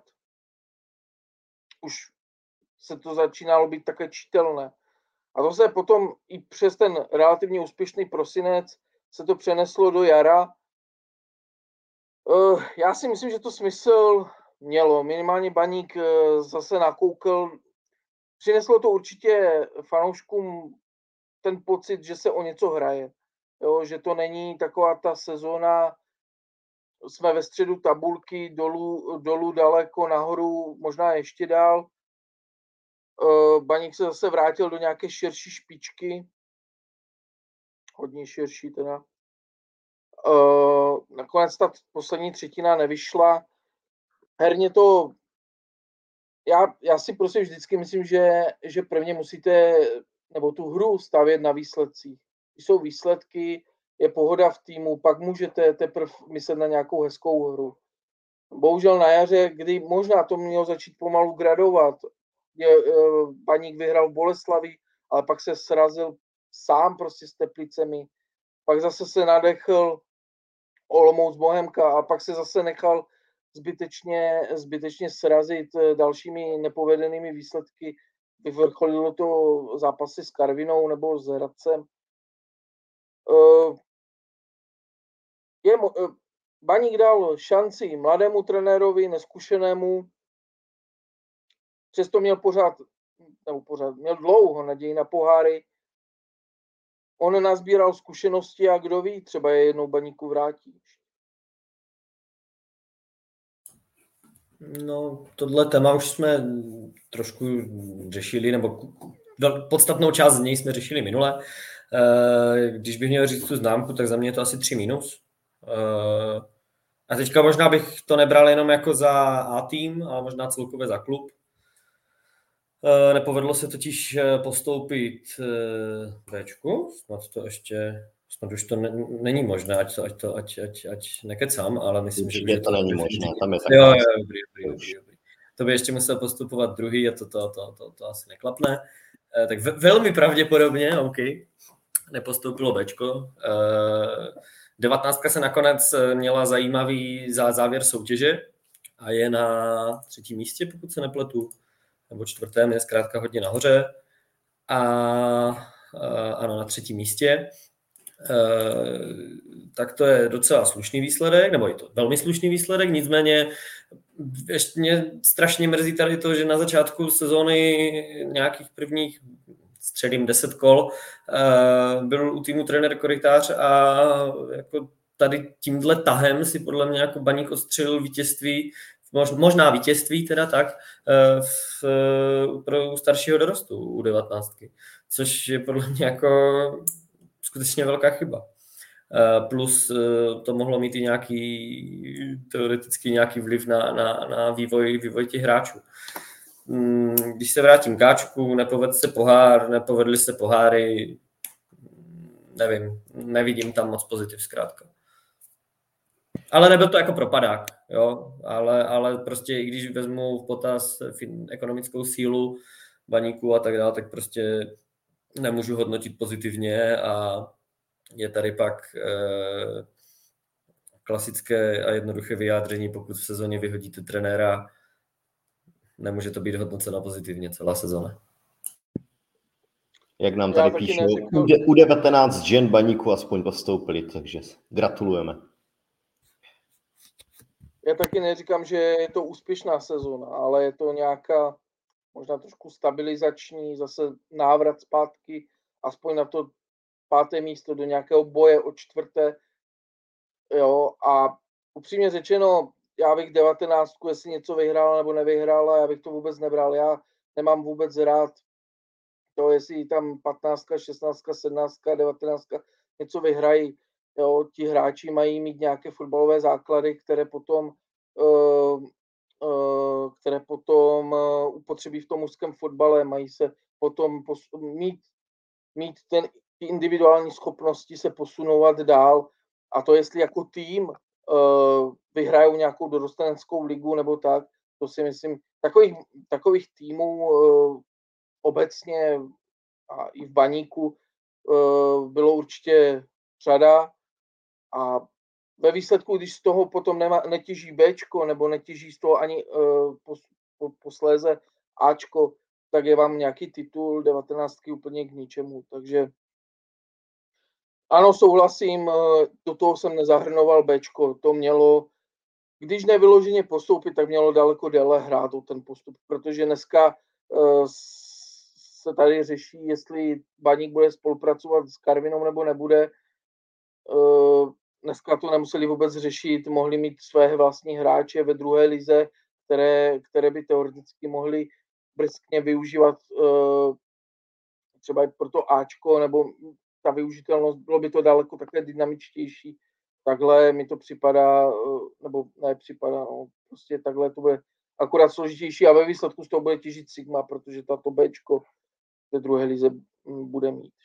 už se to začínalo být také čitelné. A to se potom i přes ten relativně úspěšný prosinec se to přeneslo do jara. Uh, já si myslím, že to smysl mělo. Minimálně Baník uh, zase nakoukl. Přineslo to určitě fanouškům ten pocit, že se o něco hraje. Jo, že to není taková ta sezóna, jsme ve středu tabulky, dolů, dolů daleko, nahoru, možná ještě dál. Uh, Baník se zase vrátil do nějaké širší špičky. Hodně širší teda. Uh, nakonec ta poslední třetina nevyšla. Herně to, já, já si prostě vždycky myslím, že, že prvně musíte, nebo tu hru stavět na výsledcích. Když jsou výsledky, je pohoda v týmu, pak můžete teprve myslet na nějakou hezkou hru. Bohužel na jaře, kdy možná to mělo začít pomalu gradovat, je, uh, Baník vyhrál v Boleslavi, ale pak se srazil sám prostě s Teplicemi, pak zase se nadechl Olomouc Bohemka a pak se zase nechal zbytečně, zbytečně srazit dalšími nepovedenými výsledky. Vyvrcholilo to zápasy s Karvinou nebo s Hradcem. Je, Baník dal šanci mladému trenérovi, neskušenému, přesto měl pořád, nebo pořád, měl dlouho naději na poháry. On nazbíral zkušenosti a kdo ví, třeba je jednou Baníku vrátí. No, tohle téma už jsme trošku řešili, nebo podstatnou část z něj jsme řešili minule. Když bych měl říct tu známku, tak za mě je to asi tři minus. A teďka možná bych to nebral jenom jako za A tým, ale možná celkově za klub. Nepovedlo se totiž postoupit Bčku, snad to ještě, snad už to ne, není možné, ať to, ať to, ať, ať, ať nekecám, ale myslím, Určitě že by to, to není možné, tam je tak. Jo, jo, dobrý, dobrý, dobrý, dobrý. To by ještě musel postupovat druhý a to, to, to, to, to asi neklapne. Tak ve, velmi pravděpodobně, OK, nepostoupilo Bčko. devatenáctka se nakonec měla zajímavý závěr soutěže a je na třetím místě, pokud se nepletu, nebo čtvrtém, je zkrátka hodně nahoře. A, a ano, na třetím místě. E, tak to je docela slušný výsledek, nebo je to velmi slušný výsledek, nicméně ještě mě strašně mrzí tady to, že na začátku sezóny nějakých prvních středím deset kol e, byl u týmu trenér Korytář a jako tady tímhle tahem si podle mě jako Baník ostřelil vítězství, možná vítězství teda tak, v, pro staršího dorostu u devatenáctky, což je podle mě jako skutečně velká chyba. Plus to mohlo mít i nějaký, teoreticky nějaký vliv na, na, na vývoj, vývoj těch hráčů. Když se vrátím k Ačku, nepovedl se pohár, nepovedly se poháry, nevím, nevidím tam moc pozitiv zkrátka. Ale nebyl to jako propadák, jo, ale, ale prostě i když vezmu v potaz ekonomickou sílu Baníku a tak dále, tak prostě nemůžu hodnotit pozitivně a je tady pak eh, klasické a jednoduché vyjádření, pokud v sezóně vyhodíte trenéra, nemůže to být hodnoceno pozitivně celá sezóna. Jak nám tady píšou, u devatenáct žen Baníku aspoň postoupili, takže gratulujeme. Já taky neříkám, že je to úspěšná sezóna, ale je to nějaká možná trošku stabilizační, zase návrat zpátky, aspoň na to páté místo do nějakého boje o čtvrté. jo, a upřímně řečeno, já bych devatenáctku, jestli něco vyhrál nebo nevyhrál, a já bych to vůbec nebral. Já nemám vůbec rád to, jestli tam patnáctka, šestnáctka, sedmnáctka, devatenáctka něco vyhrají. Jo, ti hráči mají mít nějaké fotbalové základy, které potom, uh, uh, které potom uh, upotřebí v tom mužském fotbale. Mají se potom pos- mít, mít ten individuální schopnosti se posunovat dál. A to, jestli jako tým uh, vyhrajou nějakou dorosteneckou ligu nebo tak, to si myslím, takových, takových týmů uh, obecně a i v Baníku uh, bylo určitě řada a ve výsledku, když z toho potom nema, netěží Bčko nebo netěží z toho ani uh, pos, po, posléze Ačko, tak je vám nějaký titul devatenáctky úplně k ničemu. Takže ano, souhlasím, do toho jsem nezahrnoval Bčko. To mělo, když nevyloženě postoupit, tak mělo daleko déle hrát o ten postup, protože dneska uh, se tady řeší, jestli Baník bude spolupracovat s Karvinou nebo nebude. Uh, dneska to nemuseli vůbec řešit, mohli mít své vlastní hráče ve druhé lize, které, které by teoreticky mohli brzkně využívat uh, třeba i pro to Ačko, nebo ta využitelnost, bylo by to daleko takhle dynamičtější. Takhle mi to připadá, nebo ne připadá, no, prostě takhle to bude akorát složitější a ve výsledku z toho bude těžit Sigma, protože tato Bčko ve druhé lize bude mít.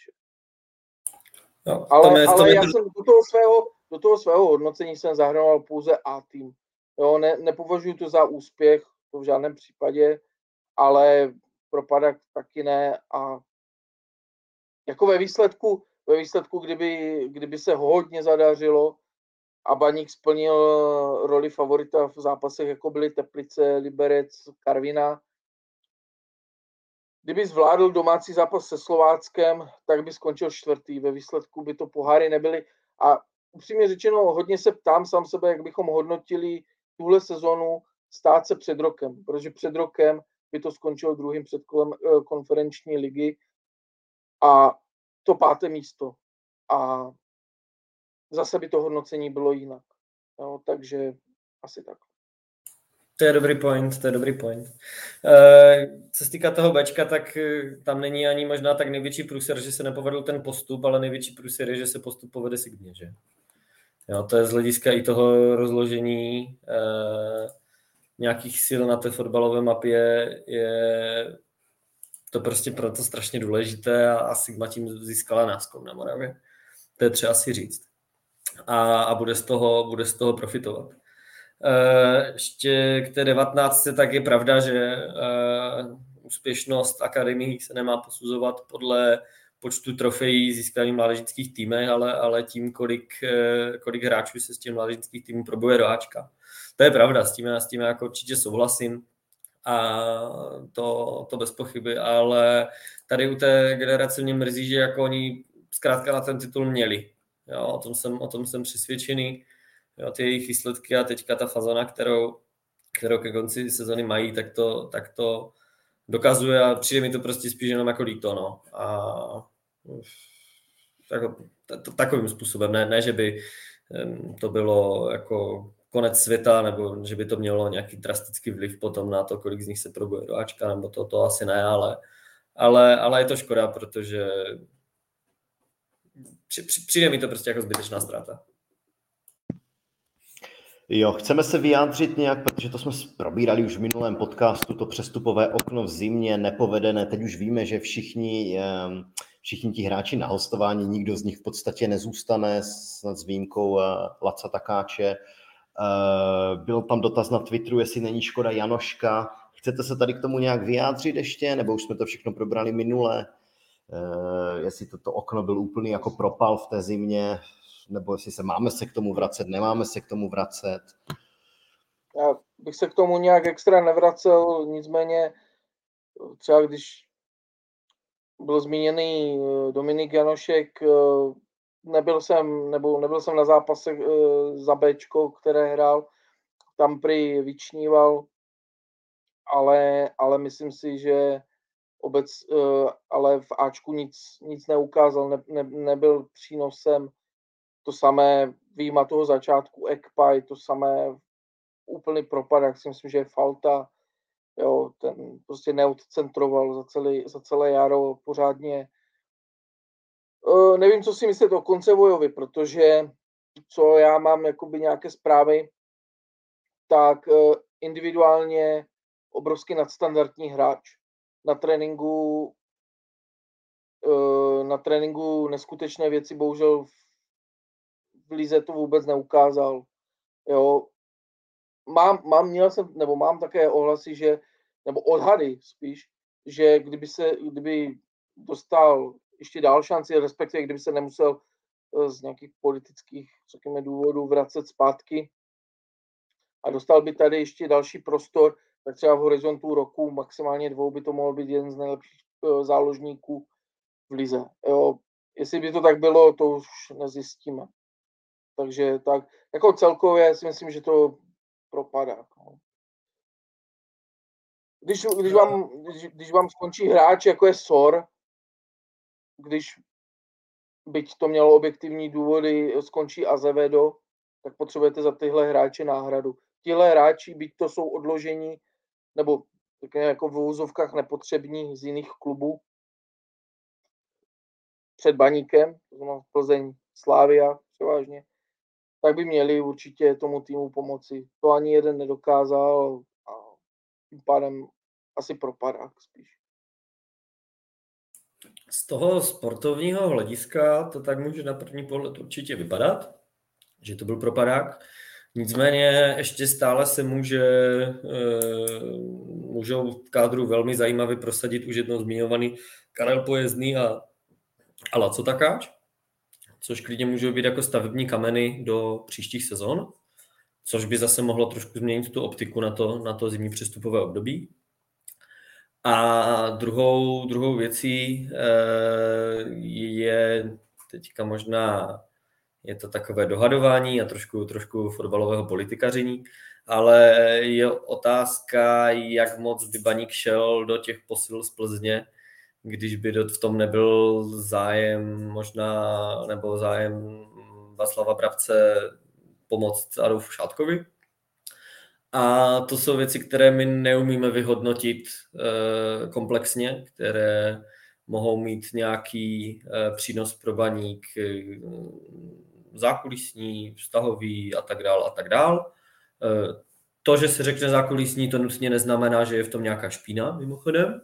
No, ale ale já jsem do toho, svého, do toho svého hodnocení jsem zahrnoval pouze A tým. Jo, ne, nepovažuji to za úspěch, to v žádném případě, ale propadat taky ne a jako ve výsledku, ve výsledku kdyby, kdyby se hodně zadařilo a Baník splnil roli favorita v zápasech, jako byly Teplice, Liberec, Karviná, kdyby zvládl domácí zápas se Slováckem, tak by skončil čtvrtý. Ve výsledku by to poháry nebyly. A upřímně řečeno, hodně se ptám sám sebe, jak bychom hodnotili tuhle sezonu stát se před rokem. Protože před rokem by to skončilo druhým předkolem konferenční ligy a to páté místo. A zase by to hodnocení bylo jinak. No, takže asi tak. To je dobrý point, to je dobrý point. E, co se týká toho Bčka, tak tam není ani možná tak největší průser, že se nepovedl ten postup, ale největší průser je, že se postup povede Sigmě, že? Jo, to je z hlediska i toho rozložení e, nějakých sil na té fotbalové mapě, je to prostě proto strašně důležité a, a Sigma tím získala náskok na Moravě. To je třeba si říct. A, a bude z toho, bude z toho profitovat. Uh, ještě k té devatenáctce, tak je pravda, že uh, úspěšnost akademií se nemá posuzovat podle počtu trofejí získaných v mládežnických týmech, ale, ale tím, kolik, uh, kolik hráčů se z těch mládežnických týmů probuje do Ačka. To je pravda, s tím, s tím jako určitě souhlasím a to, to bez pochyby, ale tady u té generace mě mrzí, že jako oni zkrátka na ten titul měli. Jo, o tom jsem, o tom jsem přesvědčený. Jo, ty jejich výsledky a teďka ta fazona, kterou, kterou ke konci sezony mají, tak to, tak to dokazuje a přijde mi to prostě spíš jenom jako líto. No. A tak, takovým způsobem, ne, ne, že by to bylo jako konec světa, nebo že by to mělo nějaký drastický vliv potom na to, kolik z nich se probuje do Ačka, nebo to, to asi ne, ale, ale, ale je to škoda, protože přijde mi to prostě jako zbytečná ztráta. Jo, chceme se vyjádřit nějak, protože to jsme probírali už v minulém podcastu, to přestupové okno v zimě nepovedené. Teď už víme, že všichni, všichni ti hráči na hostování, nikdo z nich v podstatě nezůstane, snad s výjimkou Laca Takáče. Byl tam dotaz na Twitteru, jestli není škoda Janoška. Chcete se tady k tomu nějak vyjádřit ještě, nebo už jsme to všechno probrali minule? Jestli toto okno byl úplný jako propal v té zimě, nebo jestli se máme se k tomu vracet, nemáme se k tomu vracet. Já bych se k tomu nějak extra nevracel, nicméně třeba když byl zmíněný Dominik Janošek, nebyl jsem, nebo nebyl jsem na zápasech za Bčko, které hrál, tam prý vyčníval, ale, ale myslím si, že obec, ale v Ačku nic, nic neukázal, ne, ne, nebyl přínosem. To samé výjima toho začátku Ekpaj, to samé úplný propad, jak si myslím, že je Falta, jo, ten prostě neodcentroval za, celý, za celé jaro pořádně. Uh, nevím, co si myslet o Koncevojovi, protože co já mám jakoby nějaké zprávy, tak uh, individuálně obrovský nadstandardní hráč. Na tréninku uh, na tréninku neskutečné věci, bohužel v, v lize to vůbec neukázal. Jo. Mám, mám, měl jsem, nebo mám také ohlasy, že, nebo odhady spíš, že kdyby se, kdyby dostal ještě dál šanci, respektive kdyby se nemusel z nějakých politických, řekněme, důvodů vracet zpátky a dostal by tady ještě další prostor, tak třeba v horizontu roku, maximálně dvou, by to mohl být jeden z nejlepších záložníků v lize. Jo. Jestli by to tak bylo, to už nezjistíme. Takže tak, jako celkově si myslím, že to propadá. Když, když, vám, když, když vám skončí hráč, jako je Sor, když byť to mělo objektivní důvody, skončí Azevedo, tak potřebujete za tyhle hráče náhradu. Tihle hráči, byť to jsou odložení, nebo jako v úzovkách nepotřební z jiných klubů, před Baníkem, to znamená Plzeň, Slavia převážně, tak by měli určitě tomu týmu pomoci. To ani jeden nedokázal a tím pádem asi propadá spíš. Z toho sportovního hlediska to tak může na první pohled určitě vypadat, že to byl propadák. Nicméně ještě stále se může, můžou v kádru velmi zajímavě prosadit už jednou zmiňovaný Karel Pojezdný a, a Laco Takáč, což klidně můžou být jako stavební kameny do příštích sezon, což by zase mohlo trošku změnit tu optiku na to, na to zimní přestupové období. A druhou, druhou věcí je teďka možná, je to takové dohadování a trošku, trošku fotbalového politikaření, ale je otázka, jak moc by Baník šel do těch posil z Plzně, když by v tom nebyl zájem možná, nebo zájem Václava Brabce pomoct Adolfu Šátkovi. A to jsou věci, které my neumíme vyhodnotit e, komplexně, které mohou mít nějaký e, přínos pro Baník e, zákulisní, vztahový a tak dál a tak dál. E, to, že se řekne zákulisní, to nutně neznamená, že je v tom nějaká špína, mimochodem.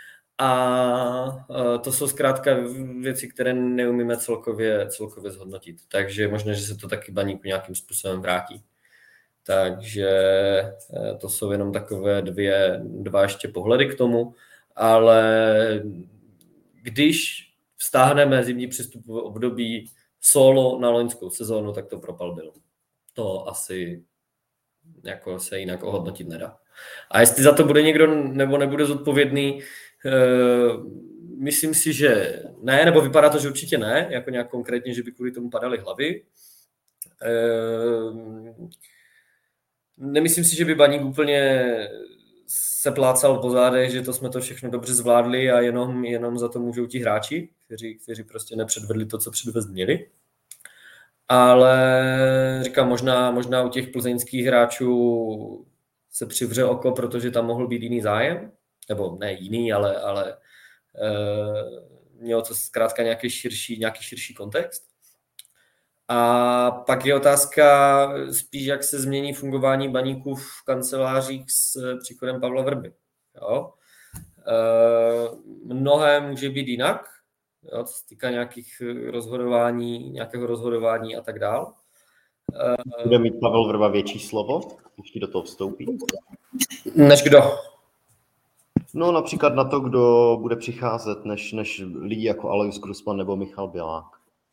A e, to jsou zkrátka věci, které neumíme celkově, celkově zhodnotit. Takže možná, že se to taky Baníku nějakým způsobem vrátí. Takže to jsou jenom takové dvě, dva ještě pohledy k tomu, ale když vztáhneme zimní přestupové období solo na loňskou sezónu, tak to propal byl. To asi jako se jinak ohodnotit nedá. A jestli za to bude někdo nebo nebude zodpovědný, myslím si, že ne, nebo vypadá to, že určitě ne, jako nějak konkrétně, že by kvůli tomu padaly hlavy. Nemyslím si, že by Baník úplně se plácal po zádech, že to jsme to všechno dobře zvládli a jenom, jenom za to můžou ti hráči, kteří, kteří prostě nepředvedli to, co předvést měli. Ale říkám, možná, možná u těch plzeňských hráčů se přivře oko, protože tam mohl být jiný zájem, nebo ne jiný, ale, ale e, mělo to zkrátka nějaký širší, nějaký širší kontext. A pak je otázka spíš, jak se změní fungování Baníku v kancelářích s příchodem Pavla Vrby. Jo? E, mnohé může být jinak, jo, co se týká nějakých rozhodování, nějakého rozhodování a tak dál. E, Bude mít Pavel Vrba větší slovo, když do toho vstoupí? Než kdo? No například na to, kdo bude přicházet, než, než lidi jako Alois Grusman nebo Michal Bělák.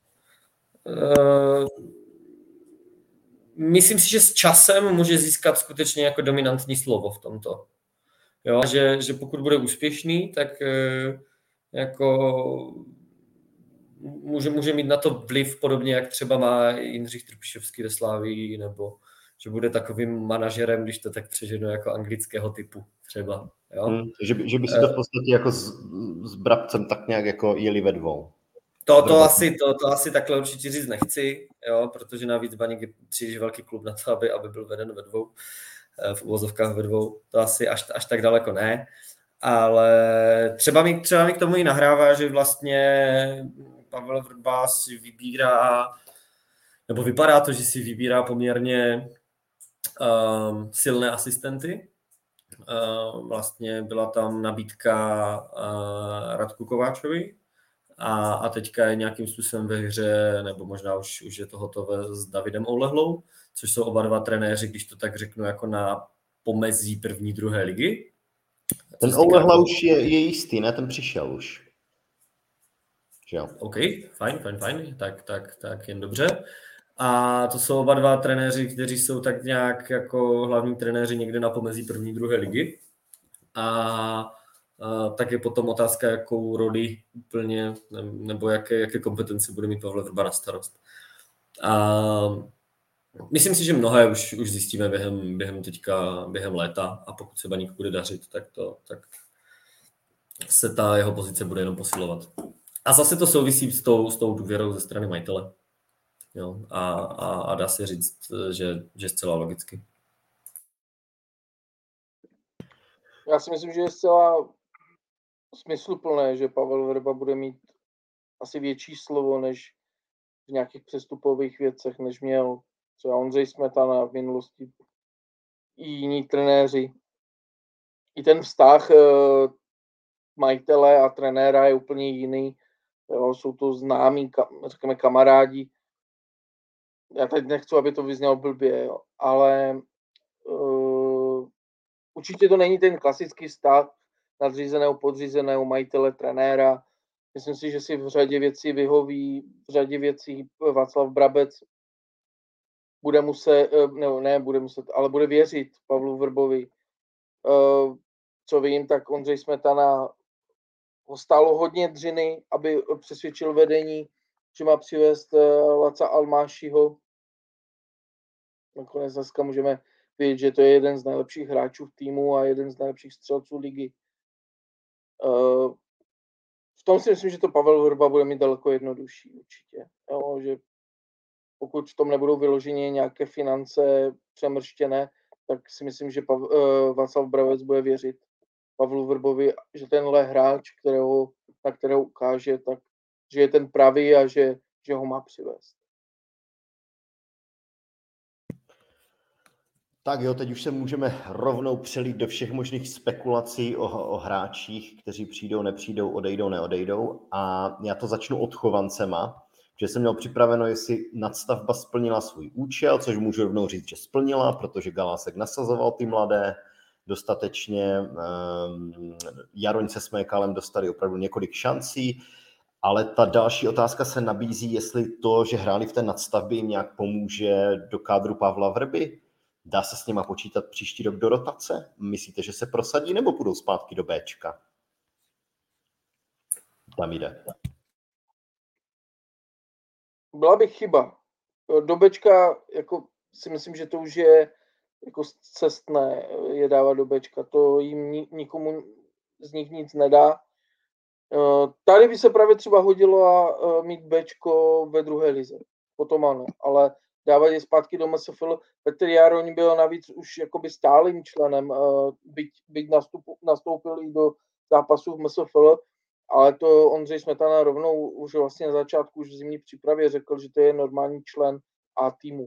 Uh, myslím si, že s časem může získat skutečně jako dominantní slovo v tomto. Jo, že, že pokud bude úspěšný, tak uh, jako může, může mít na to vliv podobně, jak třeba má Jindřich Trpišovský ve Slavii, nebo že bude takovým manažerem, když to tak přeženu, jako anglického typu třeba. Jo? Hmm, že, by, že by si to v podstatě jako s, s Brabcem tak nějak jako jeli ve dvou. To, to, asi, to, to asi takhle určitě říct nechci, jo, protože navíc Baník je příliš velký klub na to, aby, aby byl veden ve dvou, v uvozovkách ve dvou, to asi až, až tak daleko ne, ale třeba mi, třeba mi k tomu i nahrává, že vlastně Pavel Vrba si vybírá, nebo vypadá to, že si vybírá poměrně um, silné asistenty. Uh, vlastně byla tam nabídka uh, Radku Kováčovi, A, a teďka je nějakým způsobem ve hře, nebo možná už, už je to hotové s Davidem Oulehlou, což jsou oba dva trenéři, když to tak řeknu, jako na pomezí první, druhé ligy. Ten Oulehla to... už je, je jistý, ne? Ten přišel už. Jo. OK, fajn, fajn, fajn, tak, tak, tak jen dobře. A to jsou oba dva trenéři, kteří jsou tak nějak jako hlavní trenéři někde na pomezí první, druhé ligy. A Uh, tak je potom otázka, jakou roli úplně, nebo jaké, jaké kompetence bude mít Pavel Vrba na starost. A myslím si, že mnohé už, už zjistíme během, během teďka, během léta a pokud se Baník bude dařit, tak, to, tak se ta jeho pozice bude jenom posilovat. A zase to souvisí s tou, s tou důvěrou ze strany majitele. Jo? A, a, a dá se říct, že, že zcela logicky. Já si myslím, že je zcela smysluplné, že Pavel Vrba bude mít asi větší slovo než v nějakých přestupových věcech, než měl třeba Ondřej Smetana v minulosti i jiní trenéři. I ten vztah e, majitele a trenéra je úplně jiný. Jo, jsou to známí, řekněme, kamarádi. Já teď nechci, aby to vyznělo blbě, jo, ale e, určitě to není ten klasický vztah nadřízeného, podřízeného, majitele, trenéra. Myslím si, že si v řadě věcí vyhoví, v řadě věcí Václav Brabec bude muset, ne, ne bude muset, ale bude věřit Pavlu Vrbovi. Co vím, tak Ondřej Smetana ho stálo hodně dřiny, aby přesvědčil vedení, že má přivést Laca Almášiho. Nakonec dneska můžeme vidět, že to je jeden z nejlepších hráčů v týmu a jeden z nejlepších střelců ligy. V tom si myslím, že to Pavel Vrba bude mít daleko jednodušší určitě. Jo, že pokud v tom nebudou vyloženě nějaké finance přemrštěné, tak si myslím, že Pav, uh, Václav Brabec bude věřit Pavlu Vrbovi, že tenhle hráč, kterého, na kterého ukáže, tak, že je ten pravý a že, že ho má přivést. Tak jo, teď už se můžeme rovnou přelít do všech možných spekulací o, o hráčích, kteří přijdou, nepřijdou, odejdou, neodejdou. A já to začnu od Chovancema, že jsem měl připraveno, jestli nadstavba splnila svůj účel, což můžu rovnou říct, že splnila, protože Galásek nasazoval ty mladé dostatečně. Jaroň se Smejkalem dostali opravdu několik šancí, ale ta další otázka se nabízí, jestli to, že hráli v té nadstavbě, jim nějak pomůže do kádru Pavla Vrby. Dá se s nima počítat příští rok do rotace? Myslíte, že se prosadí, nebo půjdou zpátky do Béčka? Tam jde. Byla by chyba. Do Béčka, jako si myslím, že to už je jako cestné je dávat do Béčka. To jim nikomu z nich nic nedá. Tady by se právě třeba hodilo mít Béčko ve druhé lize. Potom ano, ale dávat je zpátky do M S F L. Petr Jároň byl navíc už jakoby stálým členem, byť, byť nastupu, nastoupil i do zápasů v M S F L, ale to Ondřej Smetana rovnou už vlastně na začátku, už v zimní přípravě řekl, že to je normální člen A týmu.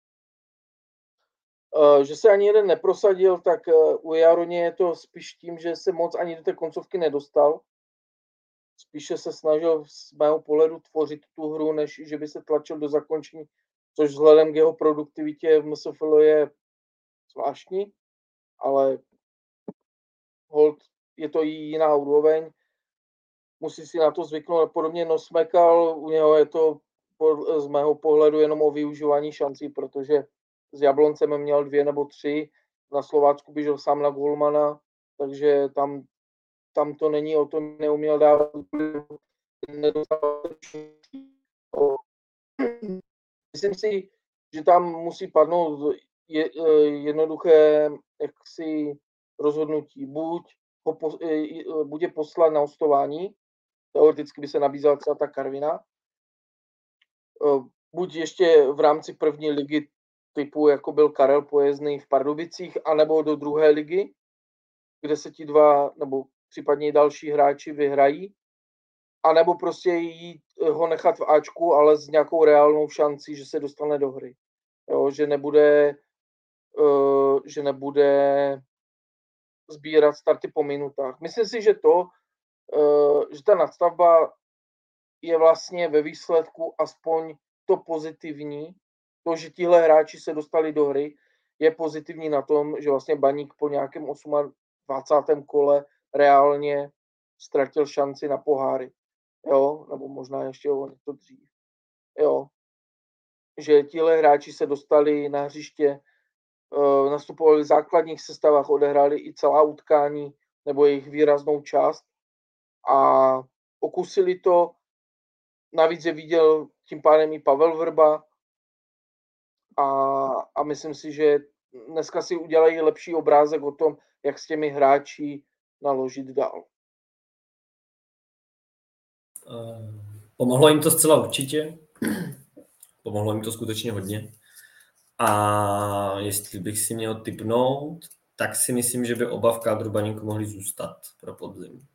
Že se ani jeden neprosadil, tak u Jároně je to spíš tím, že se moc ani do té koncovky nedostal. Spíše se snažil z mého pohledu tvořit tu hru, než že by se tlačil do zakončení, což vzhledem k jeho produktivitě v M S F L je zvláštní, ale hold, je to i jiná úroveň. Musí si na to zvyknout. Podobně Nosmekal, u něho je to z mého pohledu jenom o využívání šancí, protože s Jabloncem měl dvě nebo tři, na Slovácku běžel sám na golmana, takže tam, tam to není o tom, neuměl dávat. Myslím si, že tam musí padnout jednoduché jaksi rozhodnutí. Buď ho po, buď je poslat na hostování, teoreticky by se nabízela třeba ta Karvina, buď ještě v rámci první ligy typu, jako byl Karel Pojezdný v Pardubicích, anebo do druhé ligy, kde se ti dva, nebo případně další hráči vyhrají, anebo prostě jít, ho nechat v Ačku, ale s nějakou reálnou šancí, že se dostane do hry. Jo, že nebude, uh, že nebude sbírat starty po minutách. Myslím si, že to, uh, že ta nadstavba je vlastně ve výsledku aspoň to pozitivní, to, že tihle hráči se dostali do hry, je pozitivní na tom, že vlastně Baník po nějakém dvacátém osmém kole reálně ztratil šanci na poháry. Jo, nebo možná ještě o něco dřív. Jo, že tihle hráči se dostali na hřiště, nastupovali v základních sestavách, odehráli i celá utkání nebo jejich výraznou část a okusili to. Navíc je viděl tím pádem i Pavel Vrba a, a myslím si, že dneska si udělají lepší obrázek o tom, jak s těmi hráči naložit dál. Pomohlo jim to zcela určitě. Pomohlo jim to skutečně hodně. A jestli bych si měl tipnout, tak si myslím, že by oba v kádru Baníku mohli zůstat pro podzim.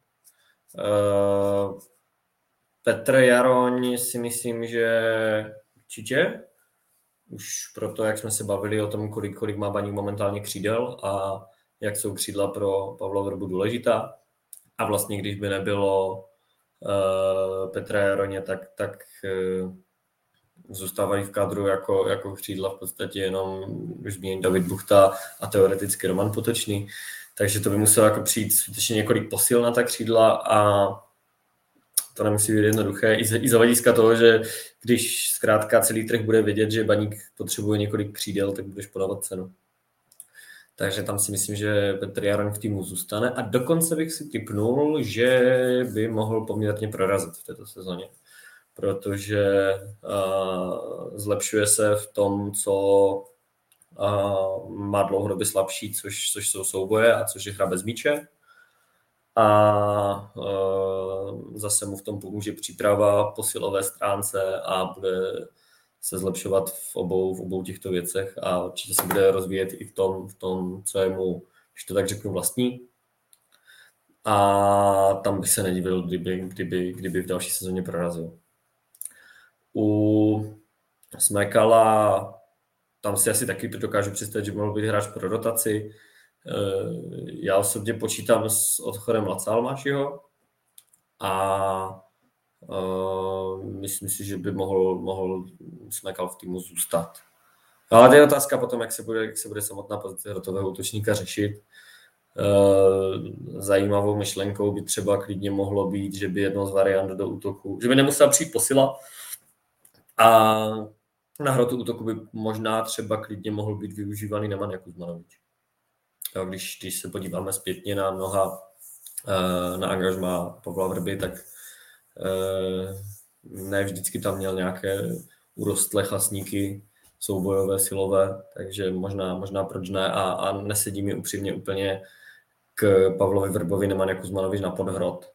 Petr Jaroň si myslím, že určitě. Už proto, jak jsme se bavili o tom, kolik, kolik má Baník momentálně křídel a jak jsou křídla pro Pavla Vrbu důležitá. A vlastně, když by nebylo uh, Petra Jaroně, tak, tak uh, zůstávají v kádru jako, jako křídla v podstatě jenom už zmíněný David Buchta a teoreticky Roman Potočný. Takže to by muselo jako přijít skutečně několik posil na ta křídla a to nemusí být jednoduché. I z, i z hlediska toho, že když zkrátka celý trh bude vědět, že Baník potřebuje několik křídel, tak budeš podávat cenu. Takže tam si myslím, že Petr Jaroň v týmu zůstane a dokonce bych si tipnul, že by mohl poměrně prorazit v této sezóně. Protože uh, zlepšuje se v tom, co uh, má dlouhodobě slabší, což, což jsou souboje a což je hra bez míče. A uh, zase mu v tom pomůže příprava po silové stránce a bude se zlepšovat v obou, v obou těchto věcech a určitě se bude rozvíjet i v tom, v tom, co je mu, když to tak řeknu, vlastní. A tam bych se nedivil, kdyby, kdyby, kdyby v další sezóně prorazil. U Smekala tam si asi taky dokážu představit, že by mohl být hráč pro rotaci. Já osobně počítám s odchodem Laca Almášiho a uh, myslím si, že by mohl, mohl Smekal v týmu zůstat. Ale to je otázka potom, jak se bude, jak se bude samotná pozice hrotového útočníka řešit. Uh, zajímavou myšlenkou by třeba klidně mohlo být, že by jednou z variant do útoku, že by nemusela přijít posila a na hrotu útoku by možná třeba klidně mohl být využívaný Neman Kuzmanovič. Jo, když, když se podíváme zpětně na mnoha na angažmá Pavla Vrby, tak ne vždycky tam měl nějaké urostlé chlasníky soubojové, silové, takže možná, možná proč ne a, a nesedí mi upřímně úplně k Pavlovi Vrbovi Neman Kuzmanovič na podhrot.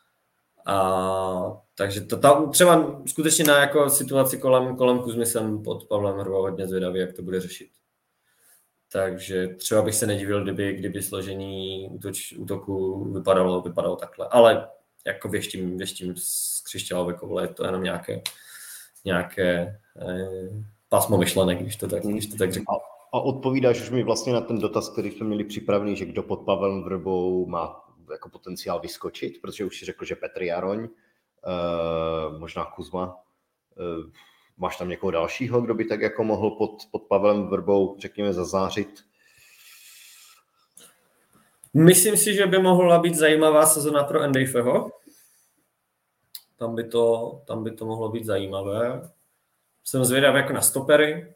A takže to tam třeba skutečně na jako situaci kolem, kolem Kuzmy jsem pod Pavlem Vrbou hodně zvědavý, jak to bude řešit. Takže třeba bych se nedivil, kdyby, kdyby složení útoč, útoku vypadalo, vypadalo takhle. Ale jako věštím, věštím z křišťálové koule, je to jenom nějaké, nějaké eh, pásmo myšlenek, když to tak, když to tak řeknu. A, a odpovídáš už mi vlastně na ten dotaz, který jsme měli připravený, že kdo pod Pavlem Vrbou má jako potenciál vyskočit, protože už si řekl, že Petr Jaroň, eh, možná Kuzma. Eh, máš tam někoho dalšího, kdo by tak jako mohl pod, pod Pavlem Vrbou, řekněme, zazářit? Myslím si, že by mohla být zajímavá sezona pro Ndejfeho. Tam by to, tam by to mohlo být zajímavé. Jsem zvědav jako na stopery.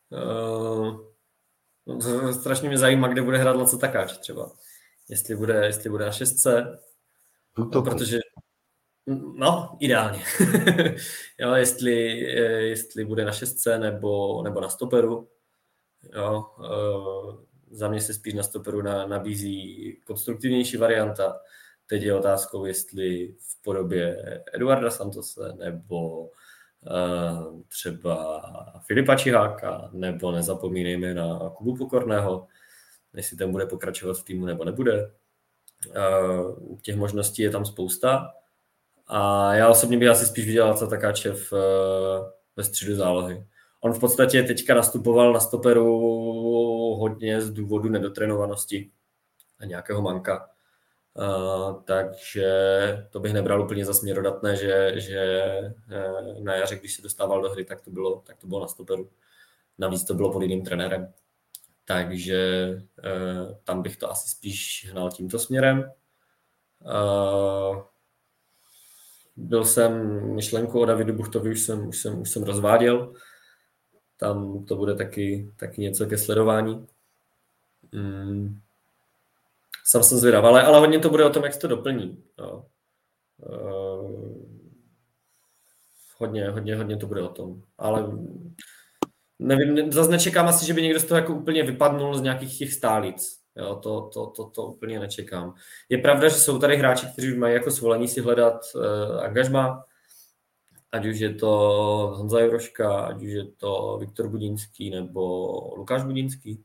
Uh, strašně mě zajímá, kde bude hrát Laco Takáč třeba. Jestli bude, jestli bude na šestce. No, protože no, ideálně. Jo, jestli, jestli bude na šestce nebo, nebo na stoperu. Jo, uh, za mě se spíš na stoperu na, nabízí konstruktivnější varianta. Teď je otázkou, jestli v podobě Eduarda Santose nebo třeba Filipa Čiháka, nebo nezapomínejme na Kubu Pokorného, jestli ten bude pokračovat v týmu nebo nebude. Těch možností je tam spousta a já osobně bych asi spíš viděl Laca Takáče v, ve středu zálohy. On v podstatě teďka nastupoval na stoperu hodně z důvodu nedotrénovanosti a nějakého manka. Uh, takže to bych nebral úplně za směrodatné, že, že uh, na jaře, když se dostával do hry, tak to bylo, tak to bylo na stoperu. Navíc to bylo pod jiným trenérem. Takže uh, tam bych to asi spíš hnal tímto směrem. Uh, byl jsem myšlenku o Davidu Buchtovi, už jsem, už jsem, už jsem rozváděl. Tam to bude taky, taky něco ke sledování. Mm. Sam jsem zvědav, ale, ale hodně to bude o tom, jak se to doplní. No. Uh, hodně, hodně, hodně to bude o tom. Ale nevím, zase nečekám asi, že by někdo z toho jako úplně vypadnul z nějakých těch stálic. Jo, to, to, to, to úplně nečekám. Je pravda, že jsou tady hráči, kteří už mají jako svolení si hledat uh, angažmá, ať už je to Honza Juroška, ať už je to Viktor Budínský nebo Lukáš Budínský.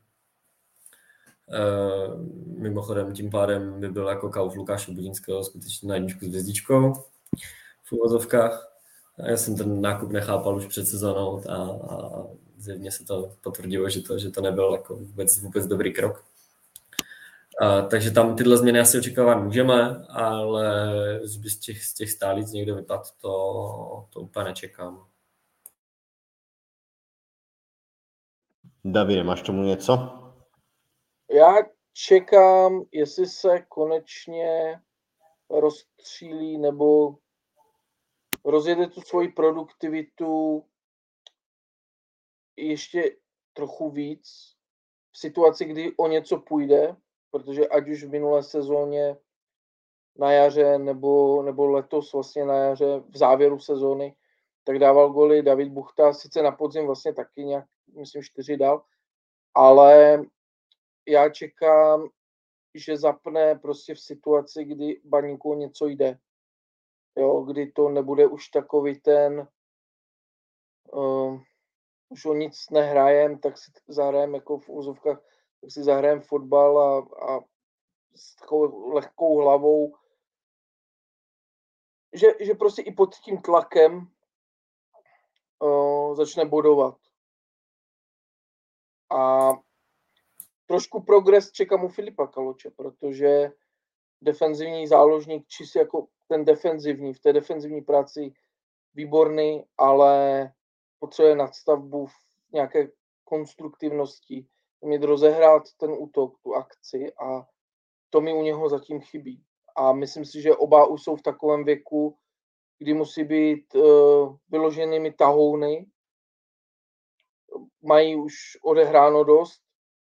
Uh, mimochodem tím pádem by byl jako kauf Lukáše Budínského skutečně na jedničku s hvězdičkou v úvozovkách. Já jsem ten nákup nechápal už před sezónou a, a zjevně se to potvrdilo, že to, že to nebyl jako vůbec, vůbec dobrý krok. Uh, takže tam tyhle změny asi očekávat můžeme, ale že by z těch, z těch stálic někdo vypadl, to, to úplně nečekám. Davide, máš tomu něco? Já čekám, jestli se konečně rozstřílí nebo rozjede tu svoji produktivitu ještě trochu víc v situaci, kdy o něco půjde, protože ať už v minulé sezóně na jaře nebo, nebo letos vlastně na jaře v závěru sezóny, tak dával goly David Buchta, sice na podzim vlastně taky nějak, myslím, čtyři dal, ale já čekám, že zapne prostě v situaci, kdy Baníku o něco jde. Jo, kdy to nebude už takový ten, uh, už o nic nehrajem, tak si zahrajem jako v úzovkách, tak si zahrajem fotbal a, a s takovou lehkou hlavou, že, že prostě i pod tím tlakem uh, začne bodovat. A trošku progres čekám u Filipa Kaloče, protože defenzivní záložník, či si jako ten defenzivní, v té defenzivní práci výborný, ale potřebuje nadstavbu v nějaké konstruktivnosti, umět rozehrát ten útok, tu akci a to mi u něho zatím chybí. A myslím si, že oba už jsou v takovém věku, kdy musí být uh, vyloženými tahouny, mají už odehráno dost,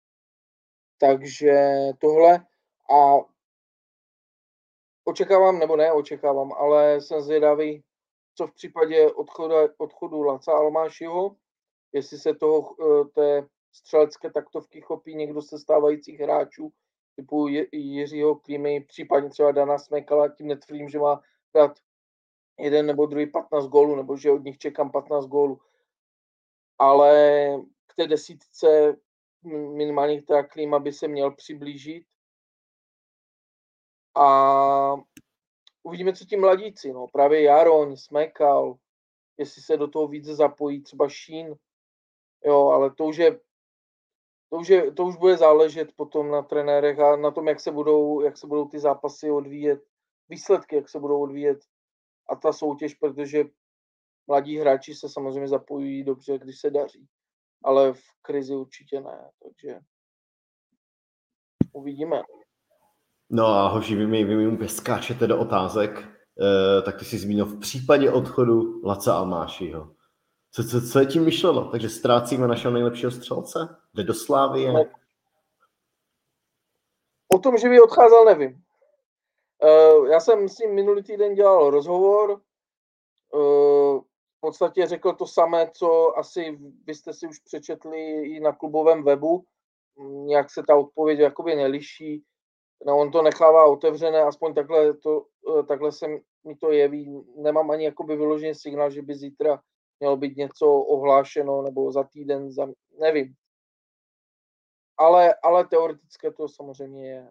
takže tohle a očekávám, nebo ne očekávám, ale jsem zvědavý, co v případě odchodu, odchodu Laca Almášiho, jestli se toho, té střelecké taktovky chopí někdo ze stávajících hráčů, typu Jiřího Klímy, případně třeba Dana Smekala, tím netvrdím, že má dát jeden nebo druhý patnáct gólů, nebo že od nich čekám patnáct gólů. Ale k té desítce minimálně teda Klíma by se měl přiblížit. A uvidíme, co ti mladíci, no. Právě Jaroň, Smekal, jestli se do toho více zapojí, třeba Šín, jo, ale to už je, to už je, to už bude záležet potom na trenérech a na tom, jak se budou, jak se budou ty zápasy odvíjet, výsledky, jak se budou odvíjet a ta soutěž, protože mladí hráči se samozřejmě zapojují dobře, když se daří, ale v krizi určitě ne, takže uvidíme. No a hoši, vy mi, vy mi úplně skáčete do otázek, e, tak ty jsi zmínil v případě odchodu Laca Almášiho. Co, co, co je tím myšleno? Takže ztrácíme našeho nejlepšího střelce? Jde do Slávie? No. O tom, že by odcházel, nevím. E, já jsem s ním minulý týden dělal rozhovor, e, v podstatě řekl to samé, co asi vy jste si už přečetli i na klubovém webu, nějak se ta odpověď jakoby neliší. No, on to nechává otevřené, aspoň takhle, to, takhle se mi to jeví. Nemám ani jakoby vyložený signál, že by zítra mělo být něco ohlášeno, nebo za týden, za, nevím. Ale, ale teoretické to samozřejmě je.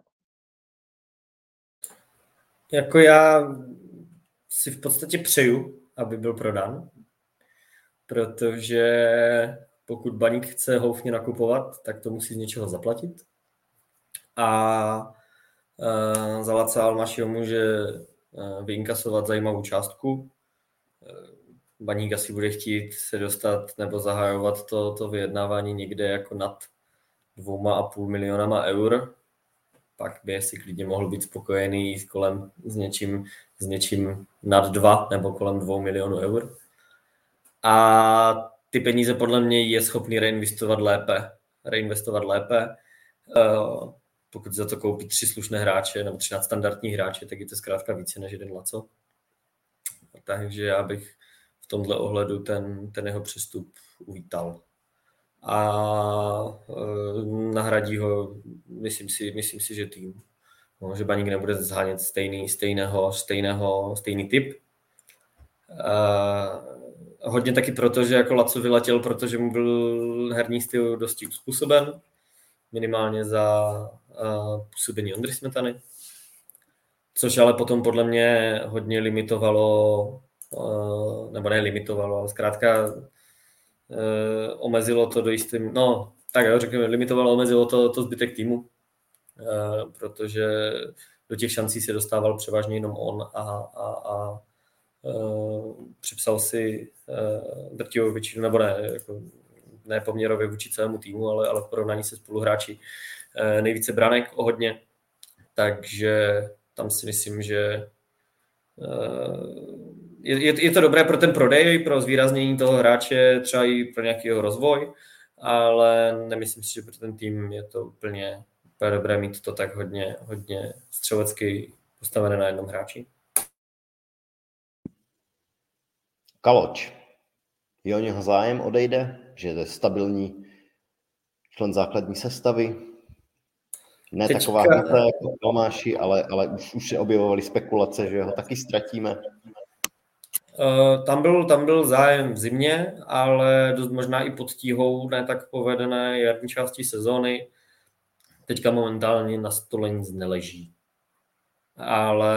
Jako já si v podstatě přeju, aby byl prodán, protože pokud Baník chce houfně nakupovat, tak to musí z něčeho zaplatit. A uh, za Laca Almašiho může uh, vyinkasovat zajímavou částku. Uh, Baník asi bude chtít se dostat nebo zahajovat to, to vyjednávání někde jako nad dvouma a půl milionama eur. Pak by si klidně mohl být spokojený kolem s něčím, s něčím nad dva nebo kolem dvou milionů eur. A ty peníze podle mě je schopný reinvestovat lépe. Reinvestovat lépe. Uh, pokud za to koupí tři slušné hráče nebo tři nadstandardní hráče, tak je to zkrátka více než jeden Laco. Takže já bych v tomhle ohledu ten, ten jeho přestup uvítal. A uh, nahradí ho, myslím si, myslím si, že tým. No, že Baník nebude zhánět stejný, stejného, stejného, stejný typ. Uh, hodně taky proto, že jako Laco vyletěl, protože mu byl herní styl dosti uspůsoben, minimálně za uh, působení Ondry Smetany, což ale potom podle mě hodně limitovalo, uh, nebo ne limitovalo, ale zkrátka uh, omezilo to do jistým, no tak jo, řekněme, limitovalo, omezilo to, to zbytek týmu, uh, protože do těch šancí se dostával převážně jenom on a, a, a uh, připsal si uh, drtivou většinu, nebo ne, jako, ne poměrově vůči celému týmu, ale, ale v porovnání se spoluhráči uh, nejvíce branek o hodně, takže tam si myslím, že uh, je, je, je to dobré pro ten prodej, pro zvýraznění toho hráče, třeba i pro nějaký jeho rozvoj, ale nemyslím si, že pro ten tým je to úplně, úplně dobré mít to tak hodně, hodně střelecky postavené na jednom hráči. Kaloč. Je o něho zájem, odejde, že je stabilní člen základní sestavy. Ne Teďka... taková hruta jako Tomáši, ale, ale už, už se objevovaly spekulace, že ho taky ztratíme. Uh, tam, byl, tam byl zájem v zimě, ale dost možná i pod tíhou ne tak povedené jarní části sezóny. Teďka momentálně na stole nic neleží. Ale...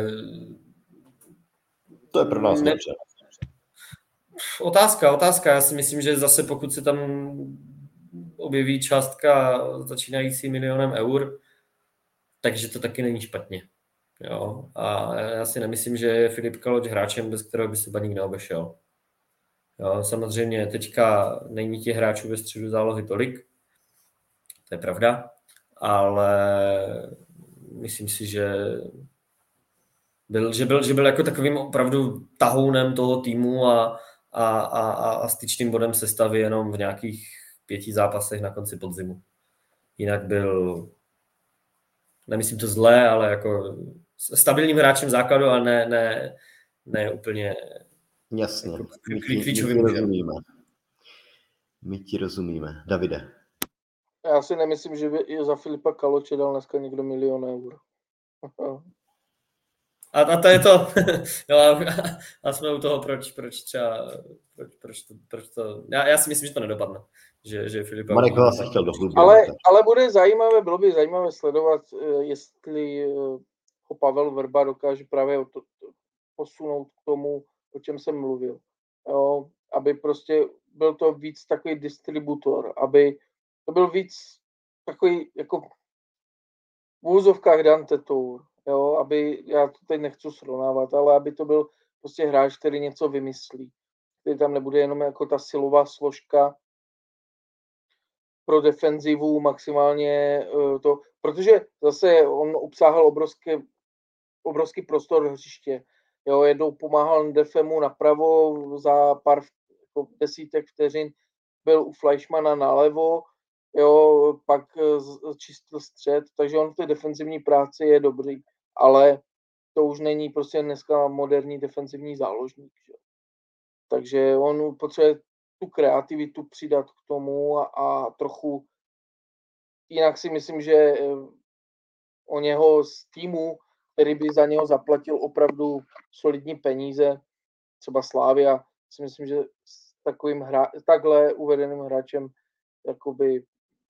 To je pro nás ne... dobře. Otázka, otázka. Já si myslím, že zase pokud se tam objeví částka začínající milionem eur, takže to taky není špatně. Jo? A já si nemyslím, že je Filip Kaloč hráčem, bez kterého by se Baník neobešel. Jo? Samozřejmě teďka není těch hráčů ve středu zálohy tolik, to je pravda, ale myslím si, že byl, že byl, že byl jako takovým opravdu tahounem toho týmu a A, a, a styčným bodem sestavy jenom v nějakých pěti zápasech na konci podzimu. Jinak byl, nemyslím to zlé, ale jako stabilním hráčem základu, ale ne, ne, ne úplně jasně. Jako my, ti, klíčovým my ti rozumíme. My ti rozumíme. Davide. Já si nemyslím, že by i za Filipa Kaloče dal dneska někdo milion eur. A, a to je to, jo, a, a jsme u toho, proč, proč třeba, proč, proč to, proč to já, já si myslím, že to nedopadne. Že, že Filipa... Marek ho asi chtěl dohlubit. Ale, ale bude zajímavé, bylo by zajímavé sledovat, jestli ho Pavel Vrba dokáže právě to, posunout k tomu, o čem jsem mluvil. Jo, aby prostě byl to víc takový distributor, aby to byl víc takový jako v úzovkách Dante Tour. Jo, aby, já to teď nechci srovnávat, ale aby to byl prostě hráč, který něco vymyslí. Který tam nebude jenom jako ta silová složka pro defenzivu maximálně to, protože zase on obsáhl obrovský, obrovský prostor hřiště. Jo, jednou pomáhal Defemu napravo, za pár jako desítek vteřin byl u Fleischmana nalevo, jo, pak čistil střed, takže on v té defenzivní práci je dobrý, ale to už není prostě dneska moderní defenzivní záložník. Že? Takže on potřebuje tu kreativitu přidat k tomu a, a trochu jinak si myslím, že o něho z týmu, který by za něho zaplatil opravdu solidní peníze, třeba Slavia, si myslím, že s takovým hra, takhle uvedeným hráčem jakoby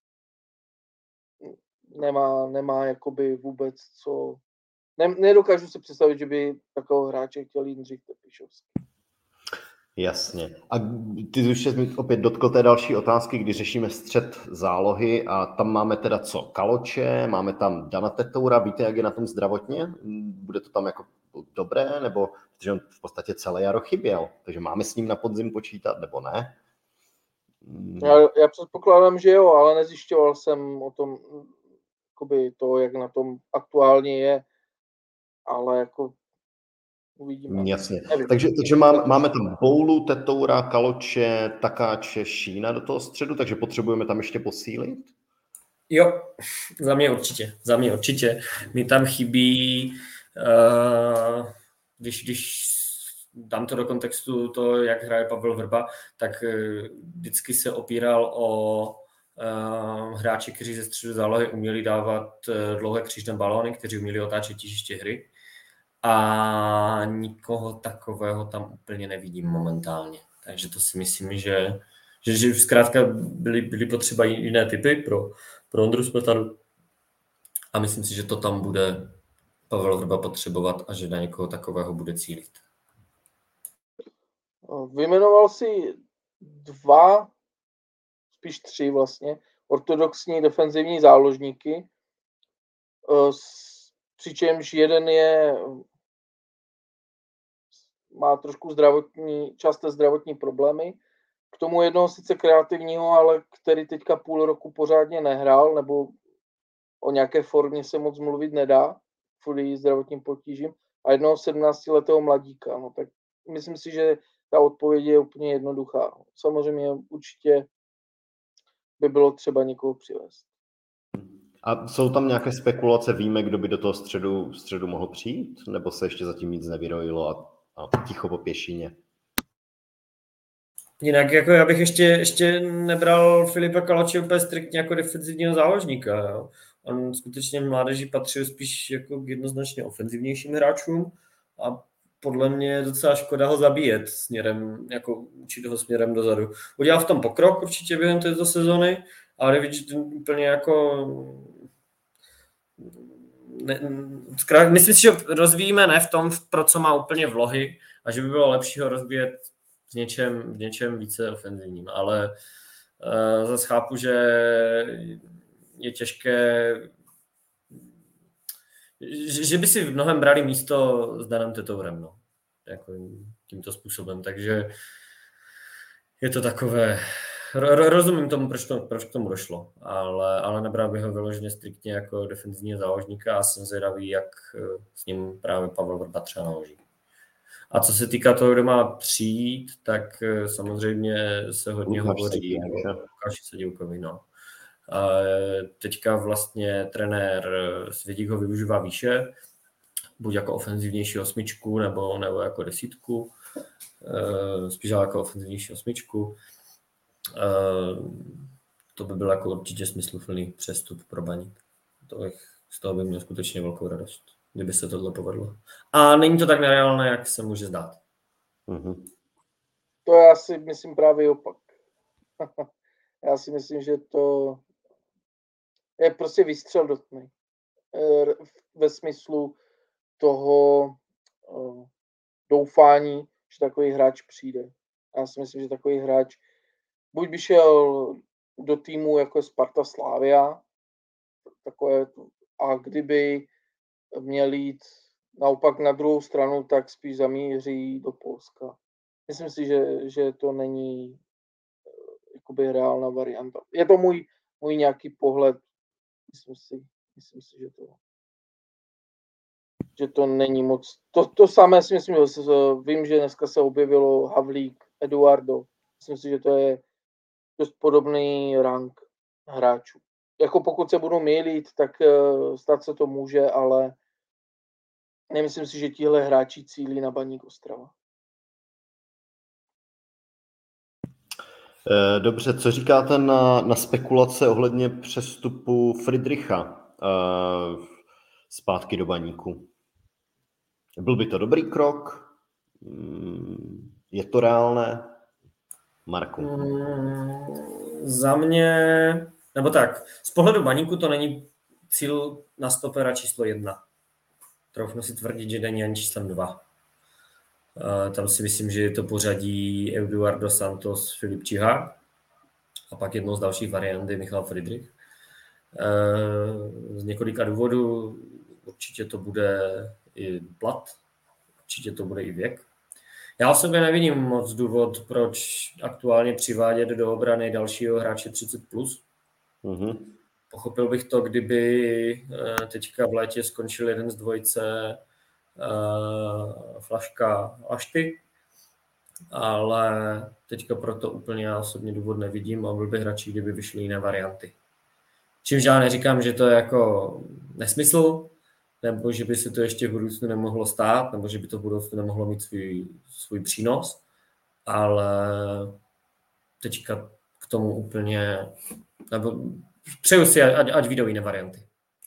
nemá, nemá jakoby vůbec co... Ne, nedokážu si představit, že by takového hráče chtěl Jindřich Trpišovský. Jasně. A ty už se opět dotkl té další otázky, kdy řešíme střed zálohy a tam máme teda co? Kaloče, máme tam Dana Tetoura, víte, jak je na tom zdravotně? Bude to tam jako dobré, nebo protože on v podstatě celé jaro chyběl, takže máme s ním na podzim počítat, nebo ne? Já, já předpokládám, že jo, ale nezjišťoval jsem o tom, jakoby to, jak na tom aktuálně je, ale jako uvidíme. Jasně. Takže, takže máme, máme tam Boulu, Tetoura, Kaloče, Takáče, Šína do toho středu, takže potřebujeme tam ještě posílit? Jo, za mě určitě. Za mě určitě. Mi tam chybí, uh, když, když dám to do kontextu to, jak hraje Pavel Vrba, tak uh, vždycky se opíral o uh, hráči, kteří ze středu zálohy uměli dávat uh, dlouhé křížné balóny, kteří uměli otáčet těžiště hry. A nikoho takového tam úplně nevidím momentálně. Takže to si myslím, že, že, že zkrátka byly, byly potřeba jiné typy pro, pro Ondru Smetanu. A myslím si, že to tam bude Pavel Vrba potřebovat a že na někoho takového bude cílit. Vyjmenoval si dva, spíš tři vlastně, ortodoxní defenzivní záložníky, přičemž jeden je má trošku zdravotní, časté zdravotní problémy. K tomu jednoho sice kreativního, ale který teďka půl roku pořádně nehrál, nebo o nějaké formě se moc mluvit nedá, kvůli zdravotním potížím, a jednoho sedmnáctiletého mladíka. No, tak myslím si, že ta odpověď je úplně jednoduchá. Samozřejmě určitě by bylo třeba někoho přivést. A jsou tam nějaké spekulace, víme, kdo by do toho středu, středu mohl přijít? Nebo se ještě zatím nic nevyrojilo a, a ticho po pěšině? Jinak jako já bych ještě, ještě nebral Filipa Kaloče úplně striktně jako defenzivního záložníka. Jo. On skutečně v mládeži patřil spíš jako k jednoznačně ofenzivnějším hráčům a podle mě je docela škoda ho zabíjet směrem, jako učit ho směrem dozadu. Udělal v tom pokrok určitě během této sezony, ale vidíte úplně jako... Ne, zkrát, myslím si, že rozvíjíme ne v tom, pro co má úplně vlohy a že by bylo lepší ho rozvíjet v něčem, v něčem více ofenzivním, ale uh, zase chápu, že je těžké, že, že by si v mnohem brali místo s Danem Tetourem, no, jako tímto způsobem, takže je to takové, rozumím tomu, proč, to, proč k tomu došlo, ale, ale nebral bych ho vyloženě striktně jako defenzivního záložníka a jsem zvědavý, jak s ním právě Pavel Vrba třeba naloží. A co se týká toho, kdo má přijít, tak samozřejmě se hodně Lukáš hovoří o Lukáši Sedílkovi. No. A teďka vlastně trenér Svědík ho využívá výše, buď jako ofenzivnější osmičku, nebo, nebo jako desítku, spíš jako ofenzivnější osmičku. To by byl jako určitě smysluplný přestup pro Baník. To bych, z toho by měl skutečně velkou radost, kdyby se tohle povedlo. A není to tak nereálné, jak se může zdát. Mm-hmm. To já si myslím právě opak. Já si myslím, že to je prostě výstřel do tmy. Ve smyslu toho doufání, že takový hráč přijde. Já si myslím, že takový hráč buď by šel do týmu jako je Sparta Slavia, takové, a kdyby měl jít naopak na druhou stranu, tak spíš zamíří do Polska. Myslím si, že, že to není jakoby reálná varianta. Je to můj, můj nějaký pohled. Myslím si, myslím si, že to, že to není moc. To, to samé si myslím, že vím, že dneska se objevilo Havlík, Eduardo. Myslím si, že to je dost podobný rank hráčů. Jako pokud se budu mýlit, tak uh, stát se to může, ale nemyslím si, že tihle hráči cílí na Baník Ostrava. Dobře, co říkáte na, na spekulace ohledně přestupu Friedricha uh, zpátky do Baníku? Byl by to dobrý krok? Hmm, Je to reálné? Marku? Mm, za mě, nebo tak, z pohledu Baníku to není cíl na stopera číslo jedna. Troufnu si tvrdit, že není ani číslem dva. Uh, tam si myslím, že je to pořadí Eduardo Santos, Filip Čihák a pak jednou z dalších variant je Michal Friedrich. Uh, z několika důvodů určitě to bude i plat, určitě to bude i věk. Já o sobě nevidím moc důvod, proč aktuálně přivádět do obrany dalšího hráče třicet plus. Mm-hmm. Pochopil bych to, kdyby teďka v létě skončil jeden z dvojice uh, Flaška Lašty, ale teďka proto úplně já osobně důvod nevidím a byl bych radši, kdyby vyšly jiné varianty. Čímž já neříkám, že to je jako nesmysl, nebo že by se to ještě v budoucnu nemohlo stát, nebo že by to v budoucnu nemohlo mít svůj, svůj přínos, ale teďka k tomu úplně, nebo přeju si, ať, ať vyjdou jiné varianty.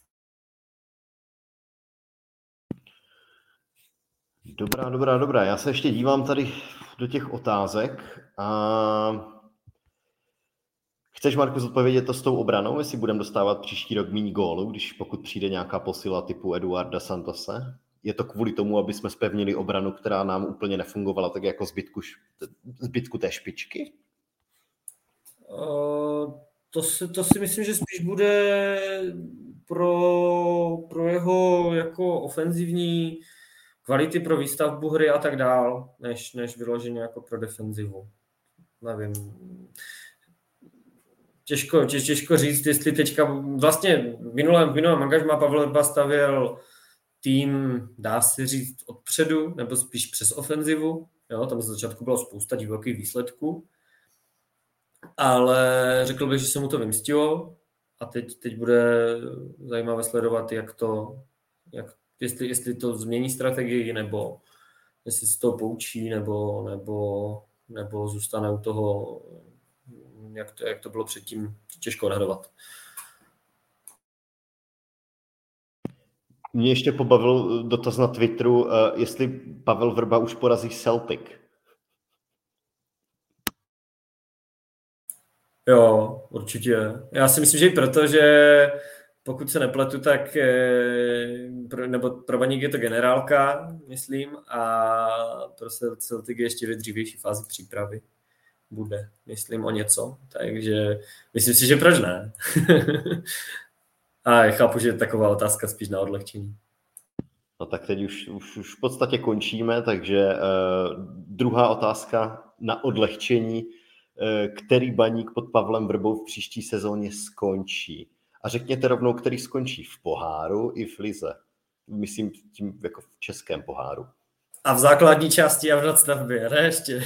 Dobrá, dobrá, dobrá. Já se ještě dívám tady do těch otázek a chceš, Marku, zodpovědět to s tou obranou, jestli budeme dostávat příští rok méně gólů, když pokud přijde nějaká posila typu Eduarda Santose? Je to kvůli tomu, aby jsme zpevnili obranu, která nám úplně nefungovala, tak jako zbytku, zbytku té špičky? Uh, to, si, to si myslím, že spíš bude pro, pro jeho jako ofenzivní kvality, pro výstavbu hry a tak dál, než, než vyloženě jako pro defenzivu. Nevím. Těžko, těž, těžko říct, jestli teďka vlastně v minulém, v minulém angažmá Pavel Vrba stavěl tým, dá se říct, odpředu, nebo spíš přes ofenzivu. Jo, tam z začátku bylo spousta divokých výsledků. Ale řekl bych, že se mu to vymstilo a teď, teď bude zajímavé sledovat, jak to, jak, jestli, jestli to změní strategii, nebo jestli se to poučí, nebo, nebo, nebo zůstane u toho, jak to, jak to bylo předtím, těžko odhadovat. Mě ještě pobavil dotaz na Twitteru, jestli Pavel Vrba už porazí Celtic. Jo, určitě. Já si myslím, že i proto, že pokud se nepletu, tak nebo pro Baník je to generálka, myslím, a pro Celtic je ještě ve dřívější fázi přípravy bude, myslím, o něco. Takže myslím si, že proč ne? A chápu, že je taková otázka spíš na odlehčení. No tak teď už, už, už v podstatě končíme, takže uh, druhá otázka na odlehčení. Který Baník pod Pavlem Vrbou v příští sezóně skončí. A řekněte rovnou, který skončí v poháru i v lize. Myslím tím jako v českém poháru. A v základní části a v nadstavbě, ne ještě?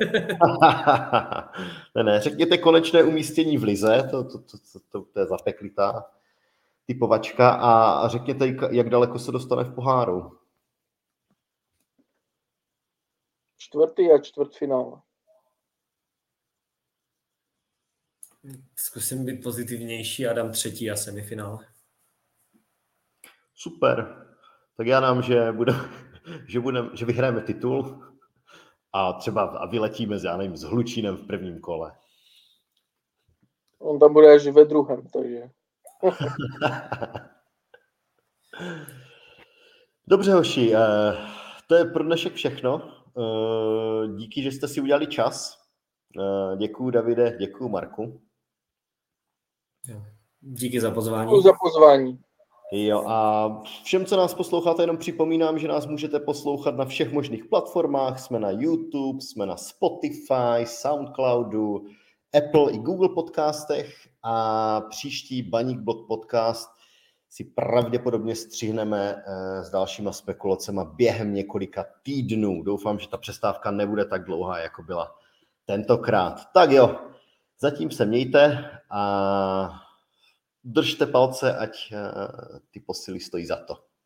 ne, ne, řekněte konečné umístění v lize, to, to, to, to, to, to je zapeklitá typovačka, a řekněte, jak daleko se dostane v poháru. Čtvrtý a čtvrtfinále. Zkusím být pozitivnější a dám třetí a semifinále. Super. Tak já dám, že, bude, že, budem, že vyhrajeme titul a třeba a vyletíme já nevím, s Hlučínem v prvním kole. On tam bude až ve druhém, takže... Dobře, hoši, to je pro dnešek všechno. Díky, že jste si udělali čas. Děkuju, Davide, děkuju, Marku. Díky za pozvání. Děkuju za pozvání. Jo, a všem, co nás posloucháte, jenom připomínám, že nás můžete poslouchat na všech možných platformách. Jsme na YouTube, jsme na Spotify, Soundcloudu, Apple i Google podcastech a příští Baník Blog podcast si pravděpodobně střihneme s dalšíma spekulacemi během několika týdnů. Doufám, že ta přestávka nebude tak dlouhá, jako byla tentokrát. Tak jo, zatím se mějte a držte palce, ať ty posily stojí za to.